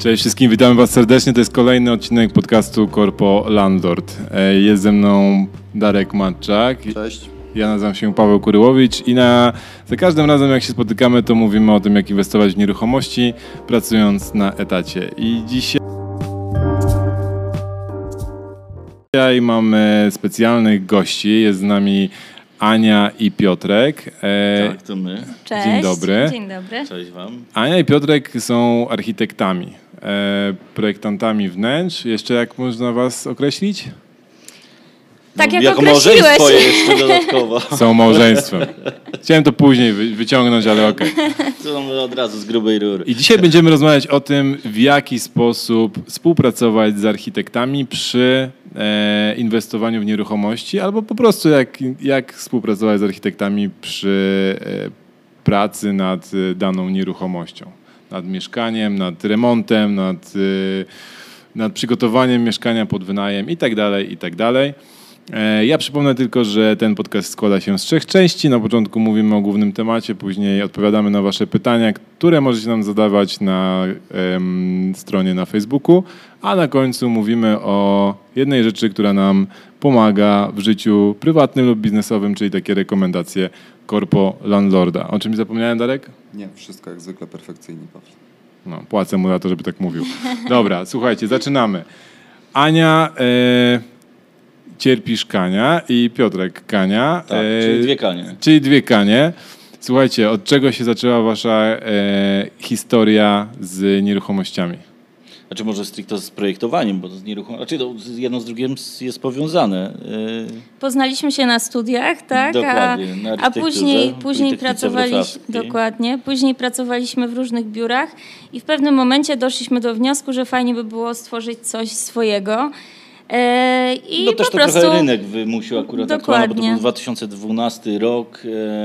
Cześć wszystkim, witamy Was serdecznie. To jest kolejny odcinek podcastu Corpo Landlord. Jest ze mną Darek Matczak. Cześć. Ja nazywam się Paweł Kuryłowicz i za każdym razem jak się spotykamy, to mówimy o tym, jak inwestować w nieruchomości, pracując na etacie. I dzisiaj mamy specjalnych gości. Jest z nami Ania i Piotrek. Tak, to my. Cześć. Dzień dobry. Dzień dobry. Cześć wam. Ania i Piotrek są architektami, projektantami wnętrz. Jeszcze jak można was określić? Tak jak jako określiłeś. małżeństwo jeszcze dodatkowo. Są małżeństwem. Chciałem to później wyciągnąć, ale okej. To mamy od razu z grubej rury. I dzisiaj będziemy rozmawiać o tym, w jaki sposób współpracować z architektami przy inwestowaniu w nieruchomości, albo po prostu jak współpracować z architektami przy pracy nad daną nieruchomością. Nad mieszkaniem, nad remontem, nad przygotowaniem mieszkania pod wynajem itd., itd. Ja przypomnę tylko, że ten podcast składa się z 3 części. Na początku mówimy o głównym temacie, później odpowiadamy na wasze pytania, które możecie nam zadawać na stronie na Facebooku, a na końcu mówimy o jednej rzeczy, która nam pomaga w życiu prywatnym lub biznesowym, czyli takie rekomendacje Corpo Landlorda. O czymś zapomniałem, Darek? Nie, wszystko jak zwykle perfekcyjnie, Paweł. No, płacę mu za to, żeby tak mówił. Dobra, słuchajcie, zaczynamy. Ania... Cierpisz Kania i Piotrek Kania. Tak, czyli 2 kanie. Czyli 2 kanie. Słuchajcie, od czego się zaczęła wasza historia z nieruchomościami? Znaczy może stricte z projektowaniem, bo to z nieruchomością, jedno z drugim jest powiązane. Poznaliśmy się na studiach, tak? Dokładnie, na a później pracowaliśmy. Później pracowaliśmy w różnych biurach i w pewnym momencie doszliśmy do wniosku, że fajnie by było stworzyć coś swojego. I no też po to prostu... trochę rynek wymusił akurat aktualnie, bo to był 2012 rok,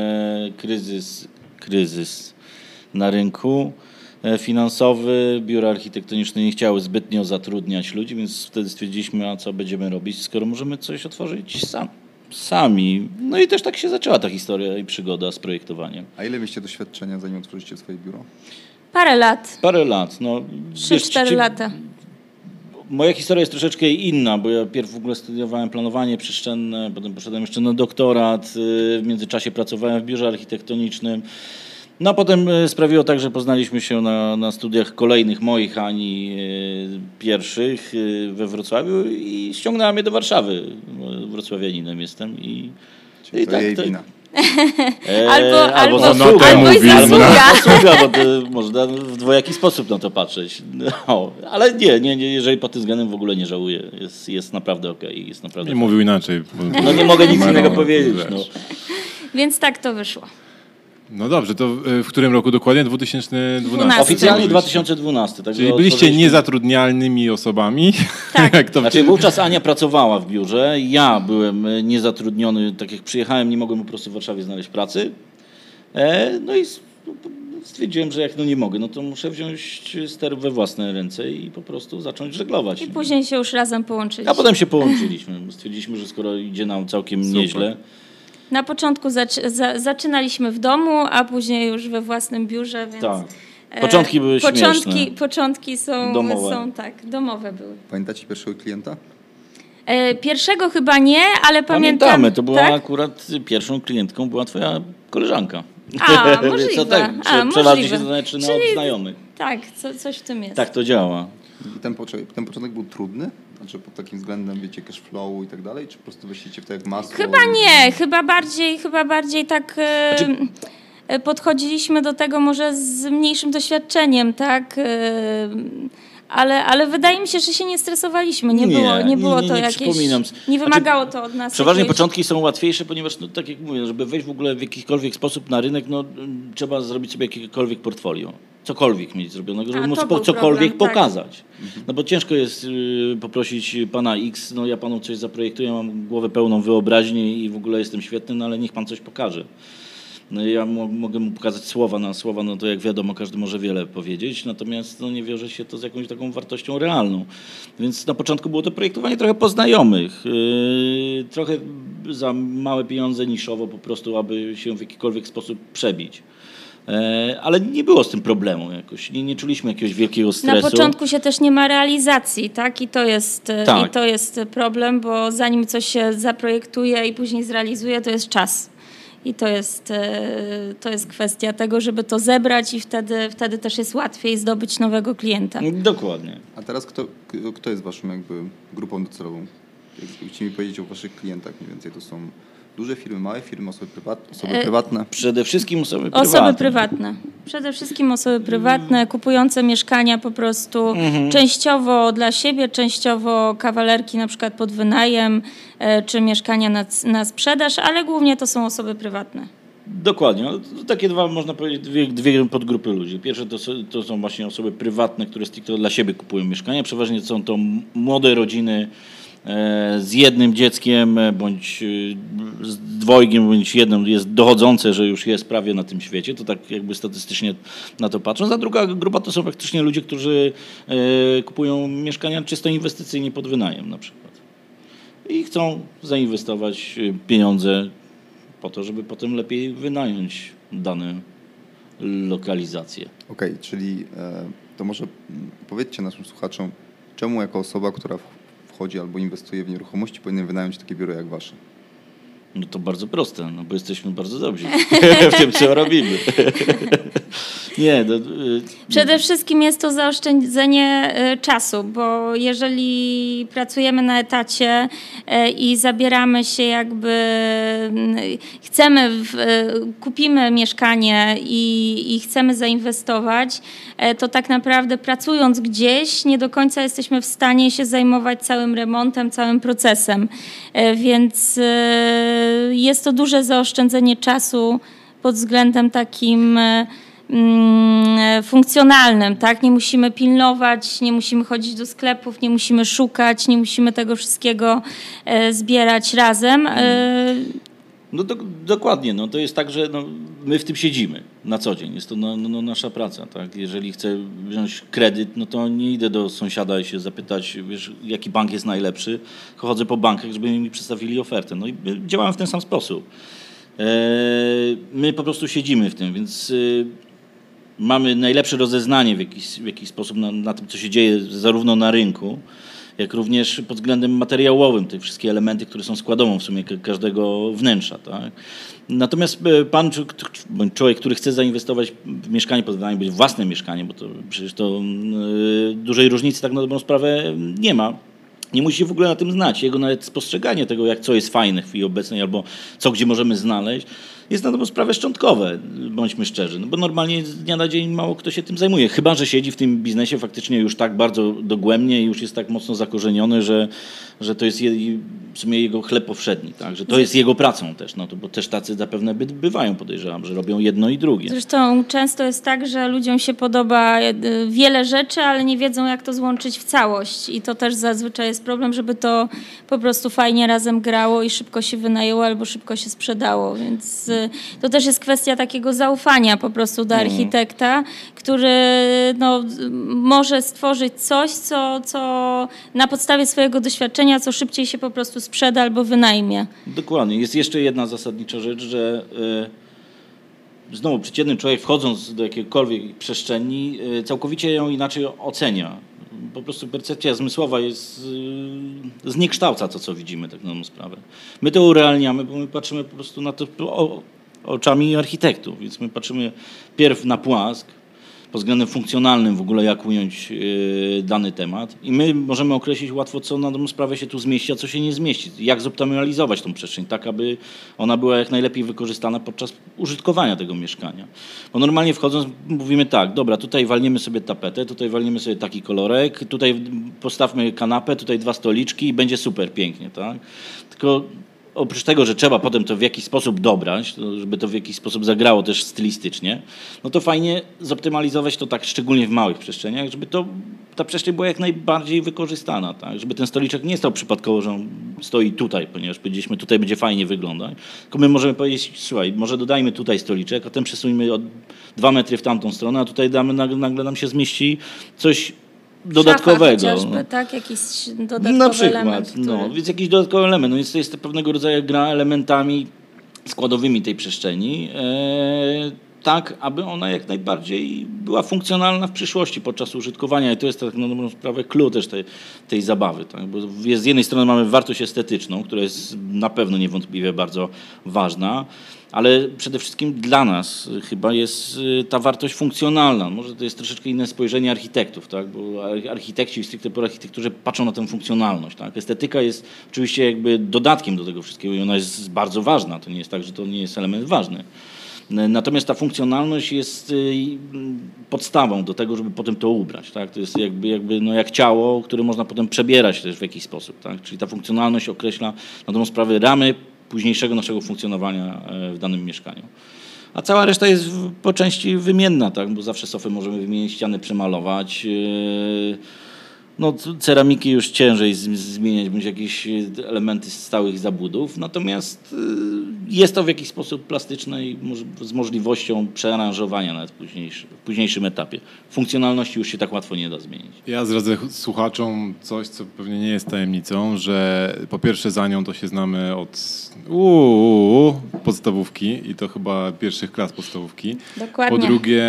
kryzys na rynku finansowy. Biura architektoniczne nie chciały zbytnio zatrudniać ludzi, więc wtedy stwierdziliśmy, a co będziemy robić, skoro możemy coś otworzyć sami. No i też tak się zaczęła ta historia i przygoda z projektowaniem. A ile mieliście doświadczenia, zanim otworzyliście swoje biuro? Parę lat. No, 3-4 lata. Moja historia jest troszeczkę inna, bo ja pierw w ogóle studiowałem planowanie przestrzenne, potem poszedłem jeszcze na doktorat, w międzyczasie pracowałem w biurze architektonicznym. No a potem sprawiło tak, że poznaliśmy się na studiach kolejnych moich, Ani pierwszych we Wrocławiu i ściągnęła mnie do Warszawy. Wrocławianinem jestem i Czyli to tak, jej wina. Albo zasługa, bo to można w dwojaki sposób na to patrzeć. No, ale nie, jeżeli pod tym względem w ogóle nie żałuję. Jest naprawdę okej. Jest naprawdę. Nie mówił inaczej. No nie mogę nic innego powiedzieć. No. Więc tak to wyszło. No dobrze, to w którym roku dokładnie? 2012? Oficjalnie 2012. Tak. Czyli byliście niezatrudnialnymi osobami? Tak. Znaczy wówczas Ania pracowała w biurze, ja byłem niezatrudniony, tak jak przyjechałem, nie mogłem po prostu w Warszawie znaleźć pracy. No i stwierdziłem, że jak nie mogę, no to muszę wziąć ster we własne ręce i po prostu zacząć żeglować. I później się już razem połączyliśmy. A potem się połączyliśmy. Stwierdziliśmy, że skoro idzie nam całkiem nieźle. Na początku zaczynaliśmy w domu, a później już we własnym biurze, więc... Tak. Początki były śmieszne. Początki są domowe były. Pamiętacie pierwszego klienta? Pierwszego chyba nie, ale Pamiętamy, to była tak? akurat pierwszą klientką była twoja koleżanka. A, możliwe. Co tak, przeważnie się zaczyna od znajomych. Tak, coś w tym jest. Tak to działa. I ten początek był trudny? Znaczy pod takim względem, wiecie, cash flow i tak dalej? Czy po prostu wyszliście w to jak masło? Chyba nie, chyba bardziej tak podchodziliśmy do tego może z mniejszym doświadczeniem, tak? Ale wydaje mi się, że się nie stresowaliśmy. Nie było to jakieś... Nie wymagało to od nas. Przeważnie początki są łatwiejsze, ponieważ, no, tak jak mówię, żeby wejść w ogóle w jakikolwiek sposób na rynek, no, trzeba zrobić sobie jakiekolwiek portfolio. Cokolwiek mieć zrobionego, żeby móc cokolwiek pokazać. Tak. No bo ciężko jest poprosić pana X, no ja panu coś zaprojektuję, mam głowę pełną wyobraźni i w ogóle jestem świetny, no ale niech pan coś pokaże. No ja mogę mu pokazać słowa, no to jak wiadomo każdy może wiele powiedzieć, natomiast no, nie wiąże się to z jakąś taką wartością realną. Więc na początku było to projektowanie trochę po znajomych, trochę za małe pieniądze niszowo po prostu, aby się w jakikolwiek sposób przebić. Ale nie było z tym problemu jakoś. Nie czuliśmy jakiegoś wielkiego stresu. Na początku się też nie ma realizacji, tak? I to jest problem, bo zanim coś się zaprojektuje i później zrealizuje, to jest czas. I to jest kwestia tego, żeby to zebrać i wtedy też jest łatwiej zdobyć nowego klienta. Dokładnie. A teraz kto jest waszą jakby grupą docelową? Jakbyście mi powiedzieć o waszych klientach mniej więcej, to są duże firmy, małe firmy, osoby prywatne? Przede wszystkim osoby prywatne. Przede wszystkim osoby prywatne, kupujące mieszkania po prostu częściowo dla siebie, częściowo kawalerki na przykład pod wynajem, czy mieszkania na sprzedaż, ale głównie to są osoby prywatne. Dokładnie. No, to takie można powiedzieć dwie podgrupy ludzi. Pierwsze to są właśnie osoby prywatne, które stricte dla siebie kupują mieszkania. Przeważnie są to młode rodziny z jednym dzieckiem, bądź z dwojgiem, bądź jednym jest dochodzące, że już jest prawie na tym świecie, to tak jakby statystycznie na to patrząc. A druga grupa to są faktycznie ludzie, którzy kupują mieszkania czysto inwestycyjnie pod wynajem na przykład. I chcą zainwestować pieniądze po to, żeby potem lepiej wynająć dane lokalizacje. Okej, czyli to może powiedzcie naszym słuchaczom, czemu jako osoba, która wchodzi albo inwestuje w nieruchomości, powinien wynająć takie biuro jak wasze? No to bardzo proste, no bo jesteśmy bardzo dobrzy w tym, co robimy. Nie, Przede wszystkim jest to zaoszczędzenie czasu, bo jeżeli pracujemy na etacie i zabieramy się kupimy mieszkanie i chcemy zainwestować, to tak naprawdę pracując gdzieś nie do końca jesteśmy w stanie się zajmować całym remontem, całym procesem, więc jest to duże zaoszczędzenie czasu pod względem takim funkcjonalnym, tak? Nie musimy pilnować, nie musimy chodzić do sklepów, nie musimy szukać, nie musimy tego wszystkiego zbierać razem. No dokładnie, no to jest tak, że my w tym siedzimy na co dzień, jest to nasza praca, tak? Jeżeli chcę wziąć kredyt, no to nie idę do sąsiada i się zapytać, wiesz, jaki bank jest najlepszy, chodzę po bankach, żeby mi przedstawili ofertę. No i działamy w ten sam sposób. My po prostu siedzimy w tym, więc mamy najlepsze rozeznanie w jakiś sposób na tym, co się dzieje zarówno na rynku, jak również pod względem materiałowym, te wszystkie elementy, które są składową w sumie każdego wnętrza. Tak? Natomiast pan, bądź człowiek, który chce zainwestować w mieszkanie pod wynajem, być własne mieszkanie, bo to przecież to dużej różnicy tak na dobrą sprawę nie ma. Nie musi się w ogóle na tym znać. Jego nawet spostrzeganie tego, co jest fajne w chwili obecnej albo gdzie możemy znaleźć, jest na dobrą sprawę szczątkowe, bądźmy szczerzy. No bo normalnie z dnia na dzień mało kto się tym zajmuje. Chyba że siedzi w tym biznesie faktycznie już tak bardzo dogłębnie i już jest tak mocno zakorzeniony, że to jest w sumie jego chleb powszedni, tak? Że to jest jego pracą też, no to, bo też tacy zapewne bywają, podejrzewam, że robią jedno i drugie. Zresztą często jest tak, że ludziom się podoba wiele rzeczy, ale nie wiedzą, jak to złączyć w całość i to też zazwyczaj jest problem, żeby to po prostu fajnie razem grało i szybko się wynajęło albo szybko się sprzedało, więc to też jest kwestia takiego zaufania po prostu do architekta, który może stworzyć coś, co na podstawie swojego doświadczenia, co szybciej się po prostu sprzeda albo wynajmie. Dokładnie. Jest jeszcze jedna zasadnicza rzecz, że znowu przeciętny człowiek wchodząc do jakiejkolwiek przestrzeni całkowicie ją inaczej ocenia. Po prostu percepcja zmysłowa zniekształca to, co widzimy, tak na dobrą sprawę. My to urealniamy, bo my patrzymy po prostu na to oczami architektów, więc my patrzymy pierw na płask, pod względem funkcjonalnym w ogóle jak ująć dany temat i my możemy określić łatwo, co na dobrą sprawę się tu zmieści, a co się nie zmieści. Jak zoptymalizować tą przestrzeń tak, aby ona była jak najlepiej wykorzystana podczas użytkowania tego mieszkania. Bo normalnie wchodząc mówimy tak, dobra, tutaj walniemy sobie tapetę, tutaj walniemy sobie taki kolorek, tutaj postawmy kanapę, tutaj 2 stoliczki i będzie super pięknie, tak? Tylko oprócz tego, że trzeba potem to w jakiś sposób dobrać, żeby to w jakiś sposób zagrało też stylistycznie, no to fajnie zoptymalizować to tak, szczególnie w małych przestrzeniach, żeby ta przestrzeń była jak najbardziej wykorzystana, tak? Żeby ten stoliczek nie stał przypadkowo, że on stoi tutaj, ponieważ powiedzieliśmy, tutaj będzie fajnie wyglądać, tylko my możemy powiedzieć, słuchaj, może dodajmy tutaj stoliczek, a ten przesuńmy o 2 metry w tamtą stronę, a tutaj nagle nam się zmieści coś dodatkowego. Szafa chociażby, tak? Jakiś dodatkowy na przykład, element. Więc jakiś dodatkowy element. No, jest to pewnego rodzaju gra elementami składowymi tej przestrzeni. tak, aby ona jak najbardziej była funkcjonalna w przyszłości podczas użytkowania i to jest tak na dobrą sprawę clue też tej zabawy. Tak? Bo z jednej strony mamy wartość estetyczną, która jest na pewno niewątpliwie bardzo ważna, ale przede wszystkim dla nas chyba jest ta wartość funkcjonalna. Może to jest troszeczkę inne spojrzenie architektów, tak? Bo architekci stricte po architekturze patrzą na tę funkcjonalność. Tak? Estetyka jest oczywiście jakby dodatkiem do tego wszystkiego i ona jest bardzo ważna. To nie jest tak, że to nie jest element ważny. Natomiast ta funkcjonalność jest podstawą do tego, żeby potem to ubrać. Tak? To jest jakby jak ciało, które można potem przebierać też w jakiś sposób. Tak? Czyli ta funkcjonalność określa na dobrą sprawę ramy późniejszego naszego funkcjonowania w danym mieszkaniu. A cała reszta jest po części wymienna, tak? Bo zawsze sofy możemy wymienić, ściany przemalować. No, ceramiki już ciężej zmieniać, bądź jakieś elementy stałych zabudów, natomiast jest to w jakiś sposób plastyczne i z możliwością przearanżowania nawet w późniejszym etapie. Funkcjonalności już się tak łatwo nie da zmienić. Ja zdradzę słuchaczom coś, co pewnie nie jest tajemnicą, że po pierwsze za nią to się znamy od podstawówki i to chyba pierwszych klas podstawówki. Dokładnie. Po drugie,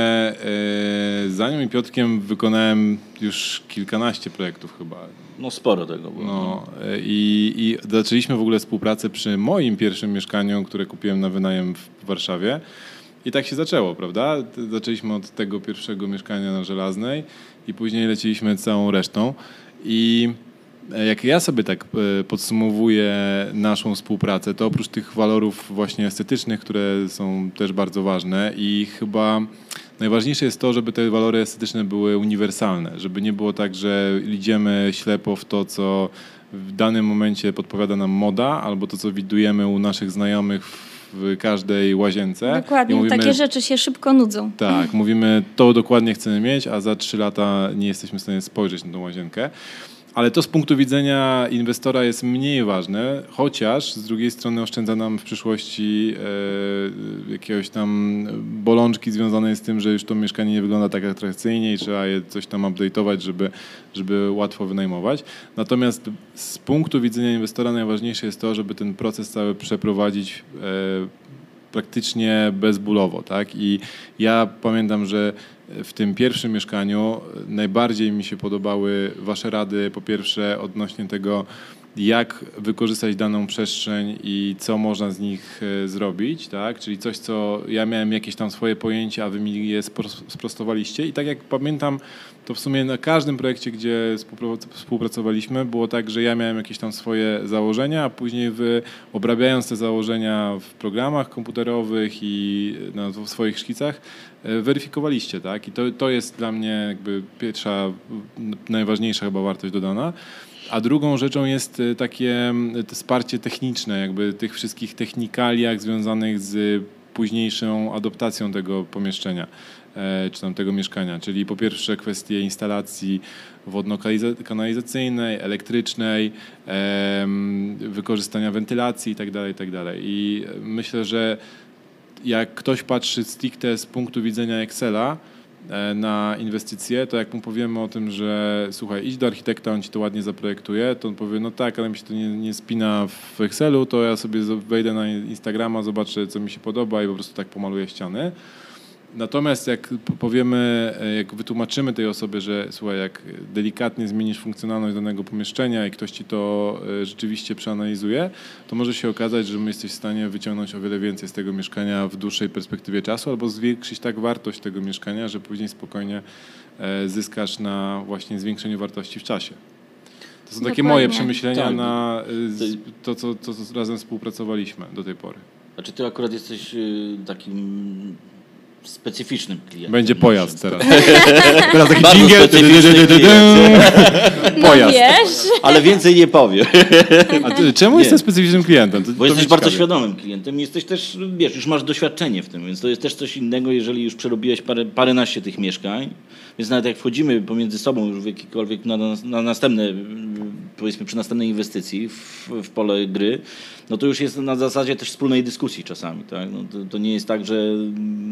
za nią i Piotrkiem wykonałem już kilkanaście projektów chyba. No sporo tego było. No, i zaczęliśmy w ogóle współpracę przy moim pierwszym mieszkaniu, które kupiłem na wynajem w Warszawie. I tak się zaczęło, prawda? Zaczęliśmy od tego pierwszego mieszkania na Żelaznej i później leciliśmy całą resztą. I jak ja sobie tak podsumowuję naszą współpracę, to oprócz tych walorów właśnie estetycznych, które są też bardzo ważne i chyba najważniejsze jest to, żeby te walory estetyczne były uniwersalne, żeby nie było tak, że idziemy ślepo w to, co w danym momencie podpowiada nam moda, albo to, co widujemy u naszych znajomych w każdej łazience. Dokładnie, mówimy, takie rzeczy się szybko nudzą. Tak, mówimy, to dokładnie chcemy mieć, a za 3 lata nie jesteśmy w stanie spojrzeć na tą łazienkę. Ale to z punktu widzenia inwestora jest mniej ważne, chociaż z drugiej strony oszczędza nam w przyszłości jakiegoś tam bolączki związanej z tym, że już to mieszkanie nie wygląda tak atrakcyjnie i trzeba je coś tam update'ować, żeby łatwo wynajmować. Natomiast z punktu widzenia inwestora najważniejsze jest to, żeby ten proces cały przeprowadzić praktycznie bezbólowo, tak? I ja pamiętam, że w tym pierwszym mieszkaniu najbardziej mi się podobały wasze rady, po pierwsze odnośnie tego, jak wykorzystać daną przestrzeń i co można z nich zrobić, tak? Czyli coś, co ja miałem jakieś tam swoje pojęcia, a wy mi je sprostowaliście i tak jak pamiętam, to w sumie na każdym projekcie, gdzie współpracowaliśmy, było tak, że ja miałem jakieś tam swoje założenia, a później wy, obrabiając te założenia w programach komputerowych i w swoich szkicach, weryfikowaliście, tak? I to jest dla mnie jakby pierwsza, najważniejsza chyba wartość dodana. A drugą rzeczą jest takie wsparcie techniczne, jakby tych wszystkich technikaliach związanych z późniejszą adaptacją tego pomieszczenia czy tam tego mieszkania. Czyli po pierwsze kwestie instalacji wodno-kanalizacyjnej, elektrycznej, wykorzystania wentylacji itd. I myślę, że jak ktoś patrzy stricte z punktu widzenia Excela na inwestycje, to jak mu powiemy o tym, że słuchaj, idź do architekta, on ci to ładnie zaprojektuje, to on powie, no tak, ale mi się to nie spina w Excelu, to ja sobie wejdę na Instagrama, zobaczę, co mi się podoba i po prostu tak pomaluję ściany. Natomiast jak powiemy, jak wytłumaczymy tej osobie, że słuchaj, jak delikatnie zmienisz funkcjonalność danego pomieszczenia i ktoś ci to rzeczywiście przeanalizuje, to może się okazać, że my jesteś w stanie wyciągnąć o wiele więcej z tego mieszkania w dłuższej perspektywie czasu albo zwiększyć tak wartość tego mieszkania, że później spokojnie zyskasz na właśnie zwiększeniu wartości w czasie. To są takie moje przemyślenia tak, na to, co razem współpracowaliśmy do tej pory. Znaczy ty akurat jesteś takim specyficznym klientem. Będzie pojazd teraz. Teraz taki dżingiel. Pojazd. Wiesz? Ale więcej nie powiem. A czemu jestem specyficznym klientem? Bo jesteś bardzo świadomym klientem. Jesteś też, wiesz, już masz doświadczenie w tym, więc to jest też coś innego, jeżeli już przerobiłeś paręnaście tych mieszkań. Więc nawet jak wchodzimy pomiędzy sobą już w jakikolwiek na następne, powiedzmy przy następnej inwestycji w pole gry, no to już jest na zasadzie też wspólnej dyskusji czasami. Tak? No to nie jest tak, że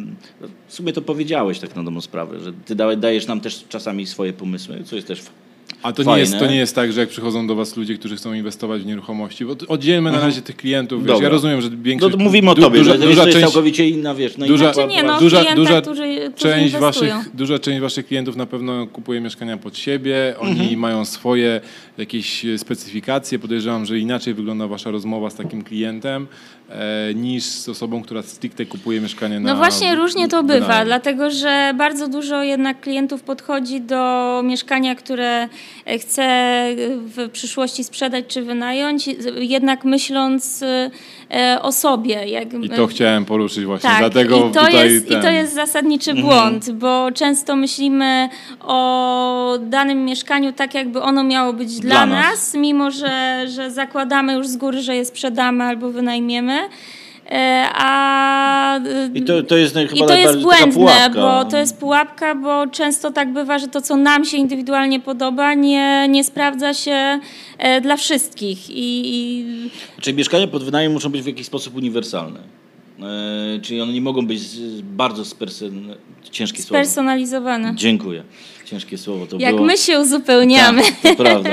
w sumie to powiedziałeś tak na dobrą sprawę, że ty dajesz nam też czasami swoje pomysły, co jest też A to nie jest tak, że jak przychodzą do was ludzie, którzy chcą inwestować w nieruchomości, bo oddzielmy na razie tych klientów, wiesz, ja rozumiem, że większość... No, mówimy o tobie, duża część, jest całkowicie inna, wiesz... Duża część waszych klientów na pewno kupuje mieszkania pod siebie, oni mają swoje jakieś specyfikacje, podejrzewam, że inaczej wygląda wasza rozmowa z takim klientem niż z osobą, która stricte kupuje mieszkanie na... No właśnie różnie to bywa, dlatego że bardzo dużo jednak klientów podchodzi do mieszkania, które chce w przyszłości sprzedać czy wynająć, jednak myśląc o sobie. I to chciałem poruszyć właśnie, tak, dlatego i to jest zasadniczy błąd, bo często myślimy o danym mieszkaniu tak, jakby ono miało być dla nas, mimo że zakładamy już z góry, że je sprzedamy albo wynajmiemy. I to jest błędne, bo to jest pułapka, bo często tak bywa, że to, co nam się indywidualnie podoba, nie sprawdza się dla wszystkich. Czyli mieszkania pod wynajem muszą być w jakiś sposób uniwersalne. Czyli one nie mogą być bardzo spersonalizowane. Dziękuję. Ciężkie słowo to Jak było. my się uzupełniamy. Tak, to prawda.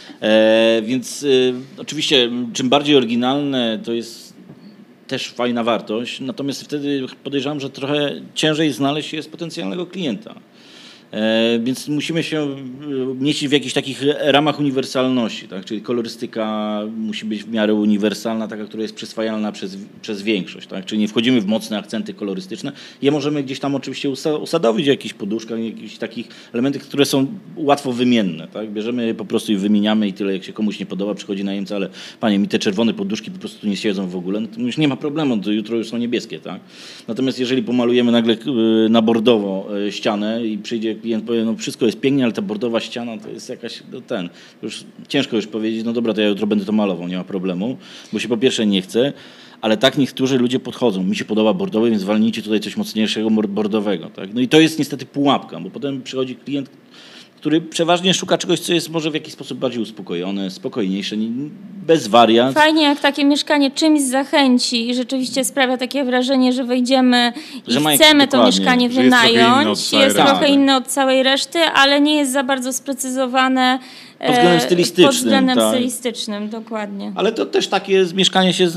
Więc oczywiście czym bardziej oryginalne, to jest też fajna wartość, natomiast wtedy podejrzewam, że trochę ciężej znaleźć jest potencjalnego klienta. Więc musimy się mieścić w jakichś takich ramach uniwersalności, tak? Czyli kolorystyka musi być w miarę uniwersalna, taka, która jest przyswajalna przez większość. Tak? Czyli nie wchodzimy w mocne akcenty kolorystyczne. Je możemy gdzieś tam oczywiście usadowić w jakichś poduszkach, jakichś takich elementach, które są łatwo wymienne. Tak? Bierzemy je po prostu i wymieniamy i tyle, jak się komuś nie podoba, przychodzi najemca, ale panie, mi te czerwone poduszki po prostu nie siedzą w ogóle, no to już nie ma problemu, to jutro już są niebieskie. Tak? Natomiast jeżeli pomalujemy nagle na bordowo ścianę i przyjdzie klient powie, no wszystko jest pięknie, ale ta bordowa ściana to jest jakaś, już ciężko już powiedzieć, no dobra, to ja jutro będę to malował, nie ma problemu, bo się po pierwsze nie chce, ale tak niektórzy ludzie podchodzą, mi się podoba bordowy, więc walnijcie tutaj coś mocniejszego bordowego. Tak? No i to jest niestety pułapka, bo potem przychodzi klient, który przeważnie szuka czegoś, co jest może w jakiś sposób bardziej uspokojone, spokojniejsze, bez wariat. Fajnie, jak takie mieszkanie czymś zachęci i rzeczywiście sprawia takie wrażenie, że wejdziemy i chcemy to mieszkanie wynająć. Jest trochę inne od całej reszty, ale nie jest za bardzo sprecyzowane pod względem stylistycznym. Pod względem stylistycznym, dokładnie. Ale to też takie mieszkanie się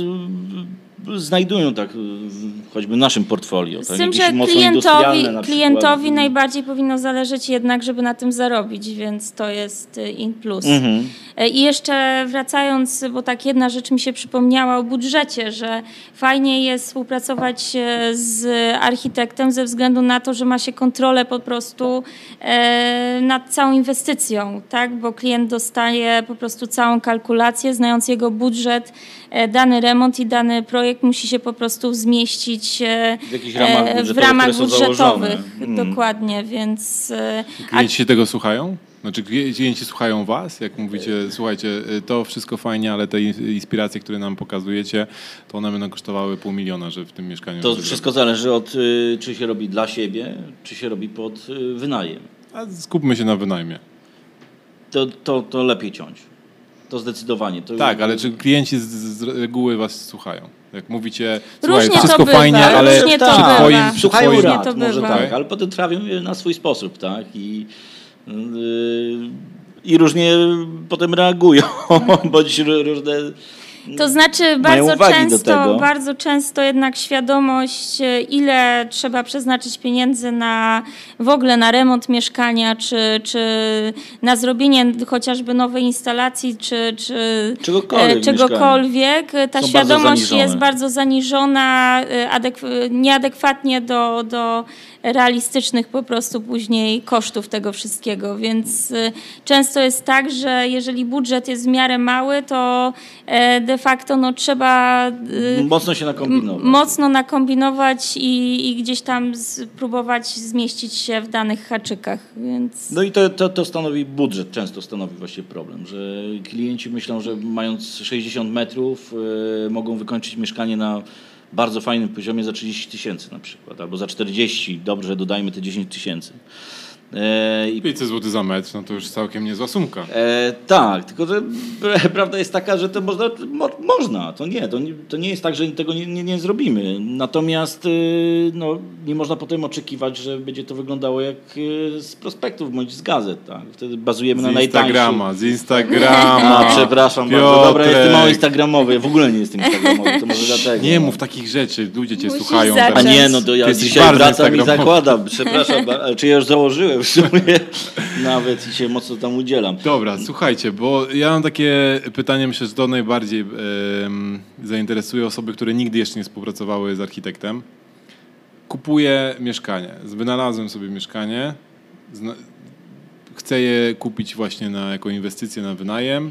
znajdują tak choćby w naszym portfolio. Z tym, że klientowi najbardziej powinno zależeć jednak, żeby na tym zarobić, więc to jest in plus. I jeszcze wracając, bo tak jedna rzecz mi się przypomniała o budżecie, że fajnie jest współpracować z architektem ze względu na to, że ma się kontrolę po prostu nad całą inwestycją, tak? Bo klient dostaje po prostu całą kalkulację, znając jego budżet, dany remont i dany projekt musi się po prostu zmieścić w ramach budżetowych. Dokładnie, więc... Klienci się tego słuchają? Znaczy klienci słuchają was, jak mówicie, słuchajcie, to wszystko fajnie, ale te inspiracje, które nam pokazujecie, to one będą kosztowały $500,000, że w tym mieszkaniu... To wszystko zależy od, czy się robi dla siebie, czy się robi pod wynajem. A skupmy się na wynajmie. To lepiej ciąć. To zdecydowanie. Tak, ale czy klienci z reguły was słuchają? Jak mówicie, słuchaj, wszystko fajnie, ale przy słuchają rad, może tak, ale potem trawią je na swój sposób, tak? I różnie potem reagują, bądź różne... To znaczy bardzo często jednak świadomość, ile trzeba przeznaczyć pieniędzy w ogóle na remont mieszkania, czy na zrobienie chociażby nowej instalacji, czy czegokolwiek. Ta świadomość jest bardzo zaniżona, nieadekwatnie do realistycznych po prostu później kosztów tego wszystkiego, więc często jest tak, że jeżeli budżet jest w miarę mały, to de facto trzeba mocno nakombinować i gdzieś tam spróbować zmieścić się w danych haczykach. Więc... No i to stanowi budżet, często stanowi właśnie problem, że klienci myślą, że mając 60 metrów mogą wykończyć mieszkanie na bardzo fajnym poziomie za 30 000 na przykład, albo za 40, dobrze, dodajmy te 10 000. 500 zł za metr, no to już całkiem niezła sumka. Tak, tylko że prawda jest taka, że to można. To nie jest tak, że tego nie zrobimy. Natomiast no, nie można potem oczekiwać, że będzie to wyglądało jak z prospektów bądź z gazet. Tak? Wtedy bazujemy na najtańszych. Z Instagrama. Przepraszam bardzo. Dobra, jestem mało instagramowy. Ja w ogóle nie jestem instagramowy, to może dlatego. Nie mów takich rzeczy, ludzie cię Musisz słuchają. zacząć. A nie, no to ja dzisiaj wracam i zakładam. Przepraszam, ale czy ja już założyłem w sumie nawet i się mocno tam udzielam. Dobra, słuchajcie, bo ja mam takie pytanie, myślę, że to najbardziej zainteresuje osoby, które nigdy jeszcze nie współpracowały z architektem. Kupuję mieszkanie, wynalazłem sobie mieszkanie, chcę je kupić właśnie jako inwestycję na wynajem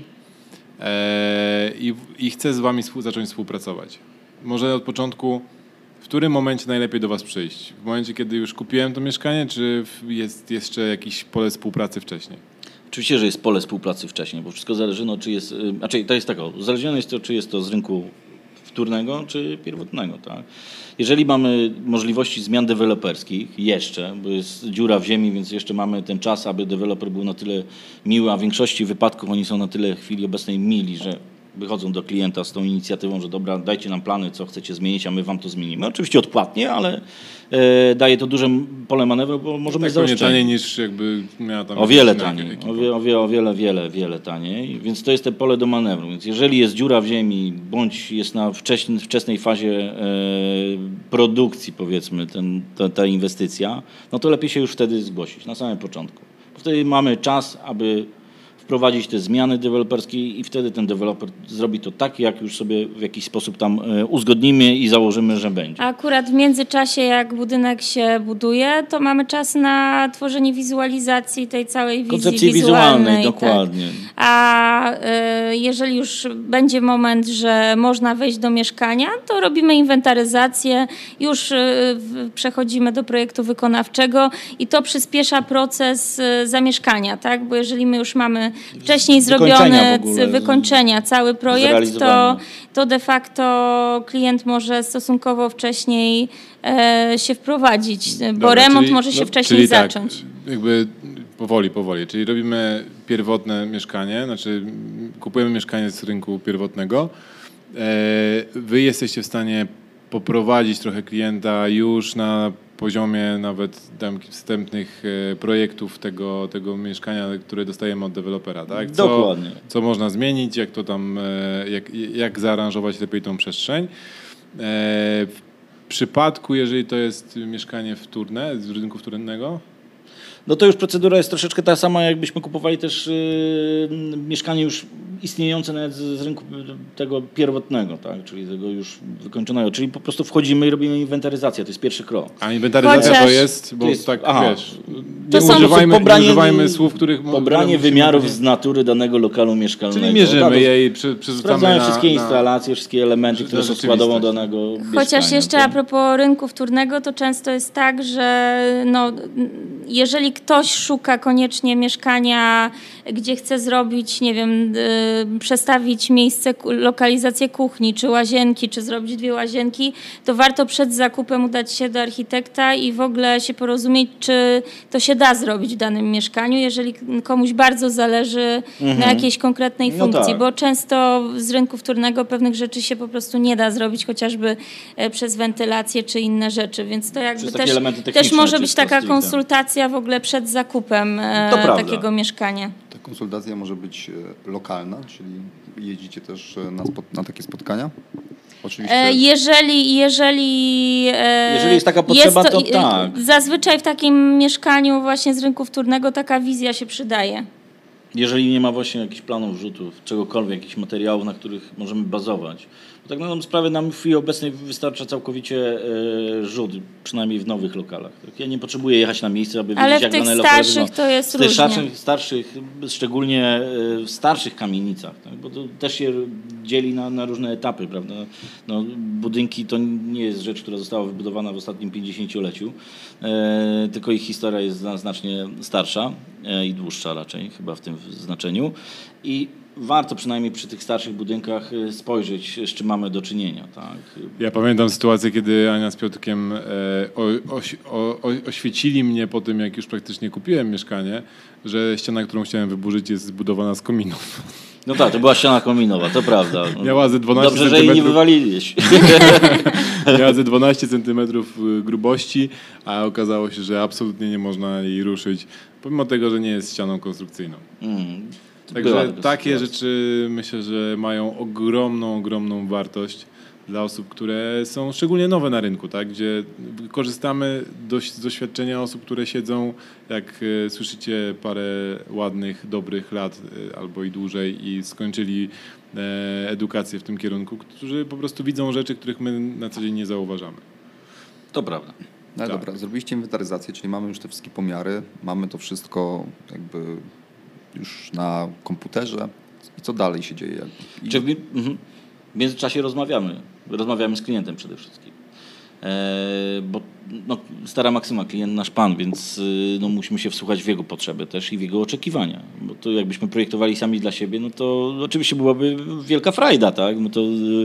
i chcę z wami zacząć współpracować. Może od początku, w którym momencie najlepiej do was przyjść? W momencie, kiedy już kupiłem to mieszkanie, czy jest jeszcze jakieś pole współpracy wcześniej? Oczywiście, że jest pole współpracy wcześniej, bo wszystko zależy, no, czy jest, znaczy to jest tak, uzależnione jest to, czy jest to z rynku wtórnego, czy pierwotnego. Tak? Jeżeli mamy możliwości zmian deweloperskich jeszcze, bo jest dziura w ziemi, więc jeszcze mamy ten czas, aby deweloper był na tyle miły, a w większości wypadków oni są na tyle w chwili obecnej mili, że wychodzą do klienta z tą inicjatywą, że dobra, dajcie nam plany, co chcecie zmienić, a my wam to zmienimy. Oczywiście odpłatnie, ale daje to duże pole manewru, bo możemy zaoszczędzić. Tak, taniej niż jakby miała tam... O wiele taniej, o wiele taniej, więc to jest te pole do manewru. Więc jeżeli jest dziura w ziemi, bądź jest na wczesnej fazie produkcji, powiedzmy, ta inwestycja, no to lepiej się już wtedy zgłosić, na samym początku. Wtedy mamy czas, aby wprowadzić te zmiany deweloperskie i wtedy ten deweloper zrobi to tak, jak już sobie w jakiś sposób tam uzgodnimy i założymy, że będzie. A akurat w międzyczasie, jak budynek się buduje, to mamy czas na tworzenie wizualizacji tej całej wizji koncepcji wizualnej. Dokładnie. Tak. A jeżeli już będzie moment, że można wejść do mieszkania, to robimy inwentaryzację, już przechodzimy do projektu wykonawczego i to przyspiesza proces zamieszkania, tak? Bo jeżeli my już mamy wcześniej zrobione wykończenia, cały projekt, to de facto klient może stosunkowo wcześniej się wprowadzić, bo remont może się wcześniej zacząć. Tak, jakby powoli. Czyli robimy pierwotne mieszkanie, znaczy kupujemy mieszkanie z rynku pierwotnego. Wy jesteście w stanie poprowadzić trochę klienta już na poziomie nawet tam wstępnych projektów tego mieszkania, które dostajemy od dewelopera, tak? Dokładnie. Co można zmienić, jak to tam, jak zaaranżować lepiej tą przestrzeń. W przypadku, jeżeli to jest mieszkanie wtórne, z rynku wtórnego, no to już procedura jest troszeczkę ta sama, jakbyśmy kupowali też mieszkanie już istniejące nawet z rynku tego pierwotnego, tak? Czyli tego już wykończonego. Czyli po prostu wchodzimy i robimy inwentaryzację. To jest pierwszy krok. A inwentaryzacja to jest, bo tak wiesz, nie używajmy słów, których... Pobranie wymiarów z natury danego lokalu mieszkalnego. Czyli mierzymy je i sprawdzamy wszystkie instalacje, wszystkie elementy, które są składową danego mieszkania. Chociaż jeszcze a propos rynku wtórnego, to często jest tak, że no, jeżeli ktoś szuka koniecznie mieszkania, gdzie chce zrobić, nie wiem, przestawić miejsce, lokalizację kuchni, czy łazienki, czy zrobić 2 łazienki, to warto przed zakupem udać się do architekta i w ogóle się porozumieć, czy to się da zrobić w danym mieszkaniu, jeżeli komuś bardzo zależy na jakiejś konkretnej funkcji, tak. Bo często z rynku wtórnego pewnych rzeczy się po prostu nie da zrobić, chociażby przez wentylację, czy inne rzeczy, więc to jakby też może być taka konsultacja w ogóle przed zakupem takiego mieszkania. Ta konsultacja może być lokalna, czyli jeździcie też na takie spotkania? Oczywiście. Jeżeli jest taka potrzeba, to tak. Zazwyczaj w takim mieszkaniu właśnie z rynku wtórnego taka wizja się przydaje. Jeżeli nie ma właśnie jakichś planów rzutów, czegokolwiek, jakichś materiałów, na których możemy bazować. Bo tak na tą sprawę nam w chwili obecnej wystarcza całkowicie rzut, przynajmniej w nowych lokalach. Ja nie potrzebuję jechać na miejsce, aby wiedzieć, jak dane lokale wyglądają. Ale w tych starszych to jest różnie. Starszych, szczególnie w starszych kamienicach, tak? Bo to też się dzieli na różne etapy, prawda? No, budynki to nie jest rzecz, która została wybudowana w ostatnim 50-leciu, tylko ich historia jest znacznie starsza i dłuższa raczej, chyba w tym znaczeniu. I warto przynajmniej przy tych starszych budynkach spojrzeć, z czym mamy do czynienia. Tak? Ja pamiętam sytuację, kiedy Ania z Piotrkiem oświecili mnie po tym, jak już praktycznie kupiłem mieszkanie, że ściana, którą chciałem wyburzyć, jest zbudowana z kominów. No tak, to była ściana kominowa, to prawda. Miała ze 12 Dobrze, że jej nie wywaliliś. Miała ze 12 centymetrów grubości, a okazało się, że absolutnie nie można jej ruszyć, pomimo tego, że nie jest ścianą konstrukcyjną. Także takie rzeczy myślę, że mają ogromną wartość dla osób, które są szczególnie nowe na rynku, tak? Gdzie korzystamy z doświadczenia osób, które siedzą, jak słyszycie, parę ładnych, dobrych lat albo i dłużej i skończyli edukację w tym kierunku, którzy po prostu widzą rzeczy, których my na co dzień nie zauważamy. To prawda. No tak. Dobra, zrobiliście inwentaryzację, czyli mamy już te wszystkie pomiary, mamy to wszystko jakby już na komputerze. I co dalej się dzieje? W międzyczasie rozmawiamy z klientem przede wszystkim. Bo no, stara maksyma, klient nasz pan, więc no, musimy się wsłuchać w jego potrzeby też i w jego oczekiwania. Bo to jakbyśmy projektowali sami dla siebie, no to oczywiście byłaby wielka frajda, tak? No to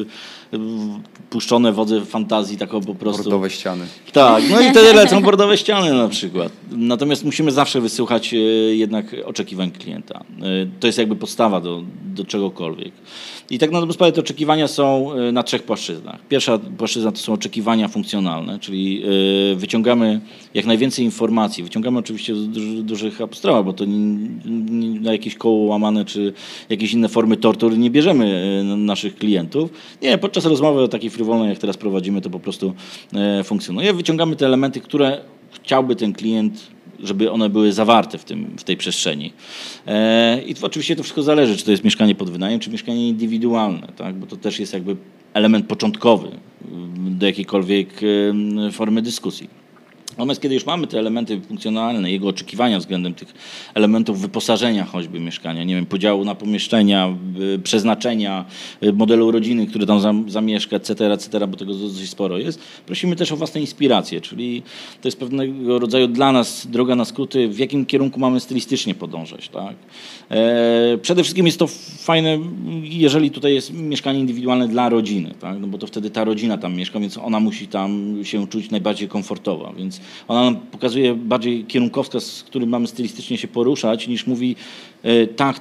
puszczone wodze fantazji taką po prostu. Bordowe ściany. Tak, no i wtedy lecą bordowe ściany na przykład. Natomiast musimy zawsze wysłuchać jednak oczekiwań klienta. To jest jakby podstawa do czegokolwiek. I tak na dobrą sprawę te oczekiwania są na 3 płaszczyznach. Pierwsza płaszczyzna to są oczekiwania funkcjonalne, czyli wyciągamy jak najwięcej informacji. Wyciągamy oczywiście z dużych apostrofach, bo to na jakieś koło łamane czy jakieś inne formy tortur nie bierzemy naszych klientów. Nie, podczas rozmowy takiej frywolnej, jak teraz prowadzimy, to po prostu funkcjonuje. Wyciągamy te elementy, które chciałby ten klient, żeby one były zawarte w tej przestrzeni. I oczywiście to wszystko zależy, czy to jest mieszkanie pod wynajem, czy mieszkanie indywidualne, tak? Bo to też jest jakby element początkowy do jakiejkolwiek formy dyskusji. Natomiast kiedy już mamy te elementy funkcjonalne, jego oczekiwania względem tych elementów wyposażenia choćby mieszkania, nie wiem, podziału na pomieszczenia, przeznaczenia, modelu rodziny, który tam zamieszka, etc., bo tego dosyć sporo jest, prosimy też o własne inspiracje, czyli to jest pewnego rodzaju dla nas droga na skróty, w jakim kierunku mamy stylistycznie podążać. Tak? Przede wszystkim jest to fajne, jeżeli tutaj jest mieszkanie indywidualne dla rodziny, tak? No bo to wtedy ta rodzina tam mieszka, więc ona musi tam się czuć najbardziej komfortowa, więc ona nam pokazuje bardziej kierunkowskaz, z którym mamy stylistycznie się poruszać, niż mówi tak,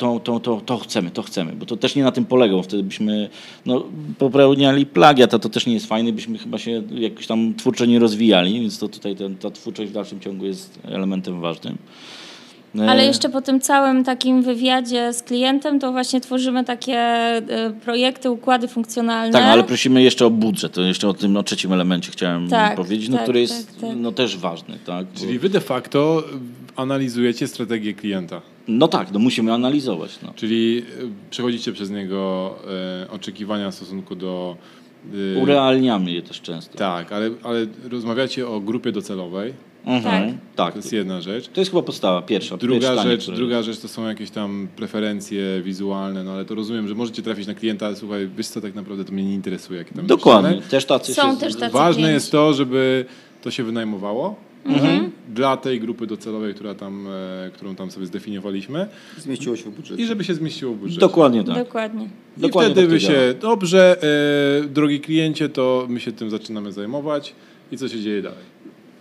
to chcemy, bo to też nie na tym polega, bo wtedy byśmy popełniali plagiat, a to też nie jest fajne, byśmy chyba się jakoś tam twórczo nie rozwijali, więc to tutaj ta twórczość w dalszym ciągu jest elementem ważnym. Ale jeszcze po tym całym takim wywiadzie z klientem, to właśnie tworzymy takie projekty, układy funkcjonalne. Tak, ale prosimy jeszcze o budżet, to jeszcze o tym trzecim elemencie chciałem powiedzieć, który jest też ważny. Tak? Czyli wy de facto analizujecie strategię klienta. No tak, musimy analizować. No. Czyli przechodzicie przez niego oczekiwania w stosunku do... Urealniamy je też często. Tak, ale rozmawiacie o grupie docelowej. Tak. To jest jedna rzecz. To jest chyba podstawa pierwsza. Druga rzecz to są jakieś tam preferencje wizualne, no ale to rozumiem, że możecie trafić na klienta, słuchaj, wiesz co, tak naprawdę to mnie nie interesuje. Jakie tam dokładnie. Też tacy ważne klienci. Jest to, żeby to się wynajmowało dla tej grupy docelowej, którą tam sobie zdefiniowaliśmy. Zmieściło się w budżecie. I żeby się zmieściło w budżecie. Dokładnie tak. Dokładnie. I wtedy wy się, dobrze, drogi kliencie, to my się tym zaczynamy zajmować. I co się dzieje dalej?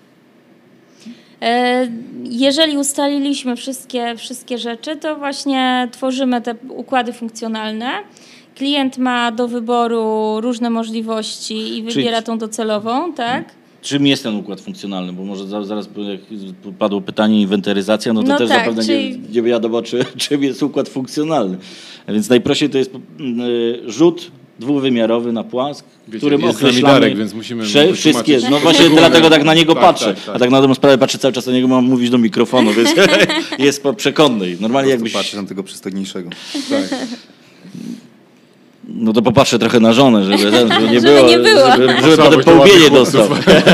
Jeżeli ustaliliśmy wszystkie rzeczy, to właśnie tworzymy te układy funkcjonalne. Klient ma do wyboru różne możliwości i wybiera tą docelową, tak? Czym jest ten układ funkcjonalny? Bo może zaraz jak padło pytanie inwentaryzacja, no to też tak, zapewne nie wiadomo, czym jest układ funkcjonalny. A więc najprościej to jest rzut dwuwymiarowy na płask, którym określamy Darek, więc musimy wszystkie. No właśnie dlatego tak na niego patrzę. Tak. A tak na dobrą sprawę patrzę cały czas na niego, mam mówić do mikrofonu, więc jest przekonny. Normalnie jakbyś patrzy na tego przystojniejszego. Tak. No to popatrzę trochę na żonę, żeby nie Żeby było, nie było. żeby potem połubienie dostał.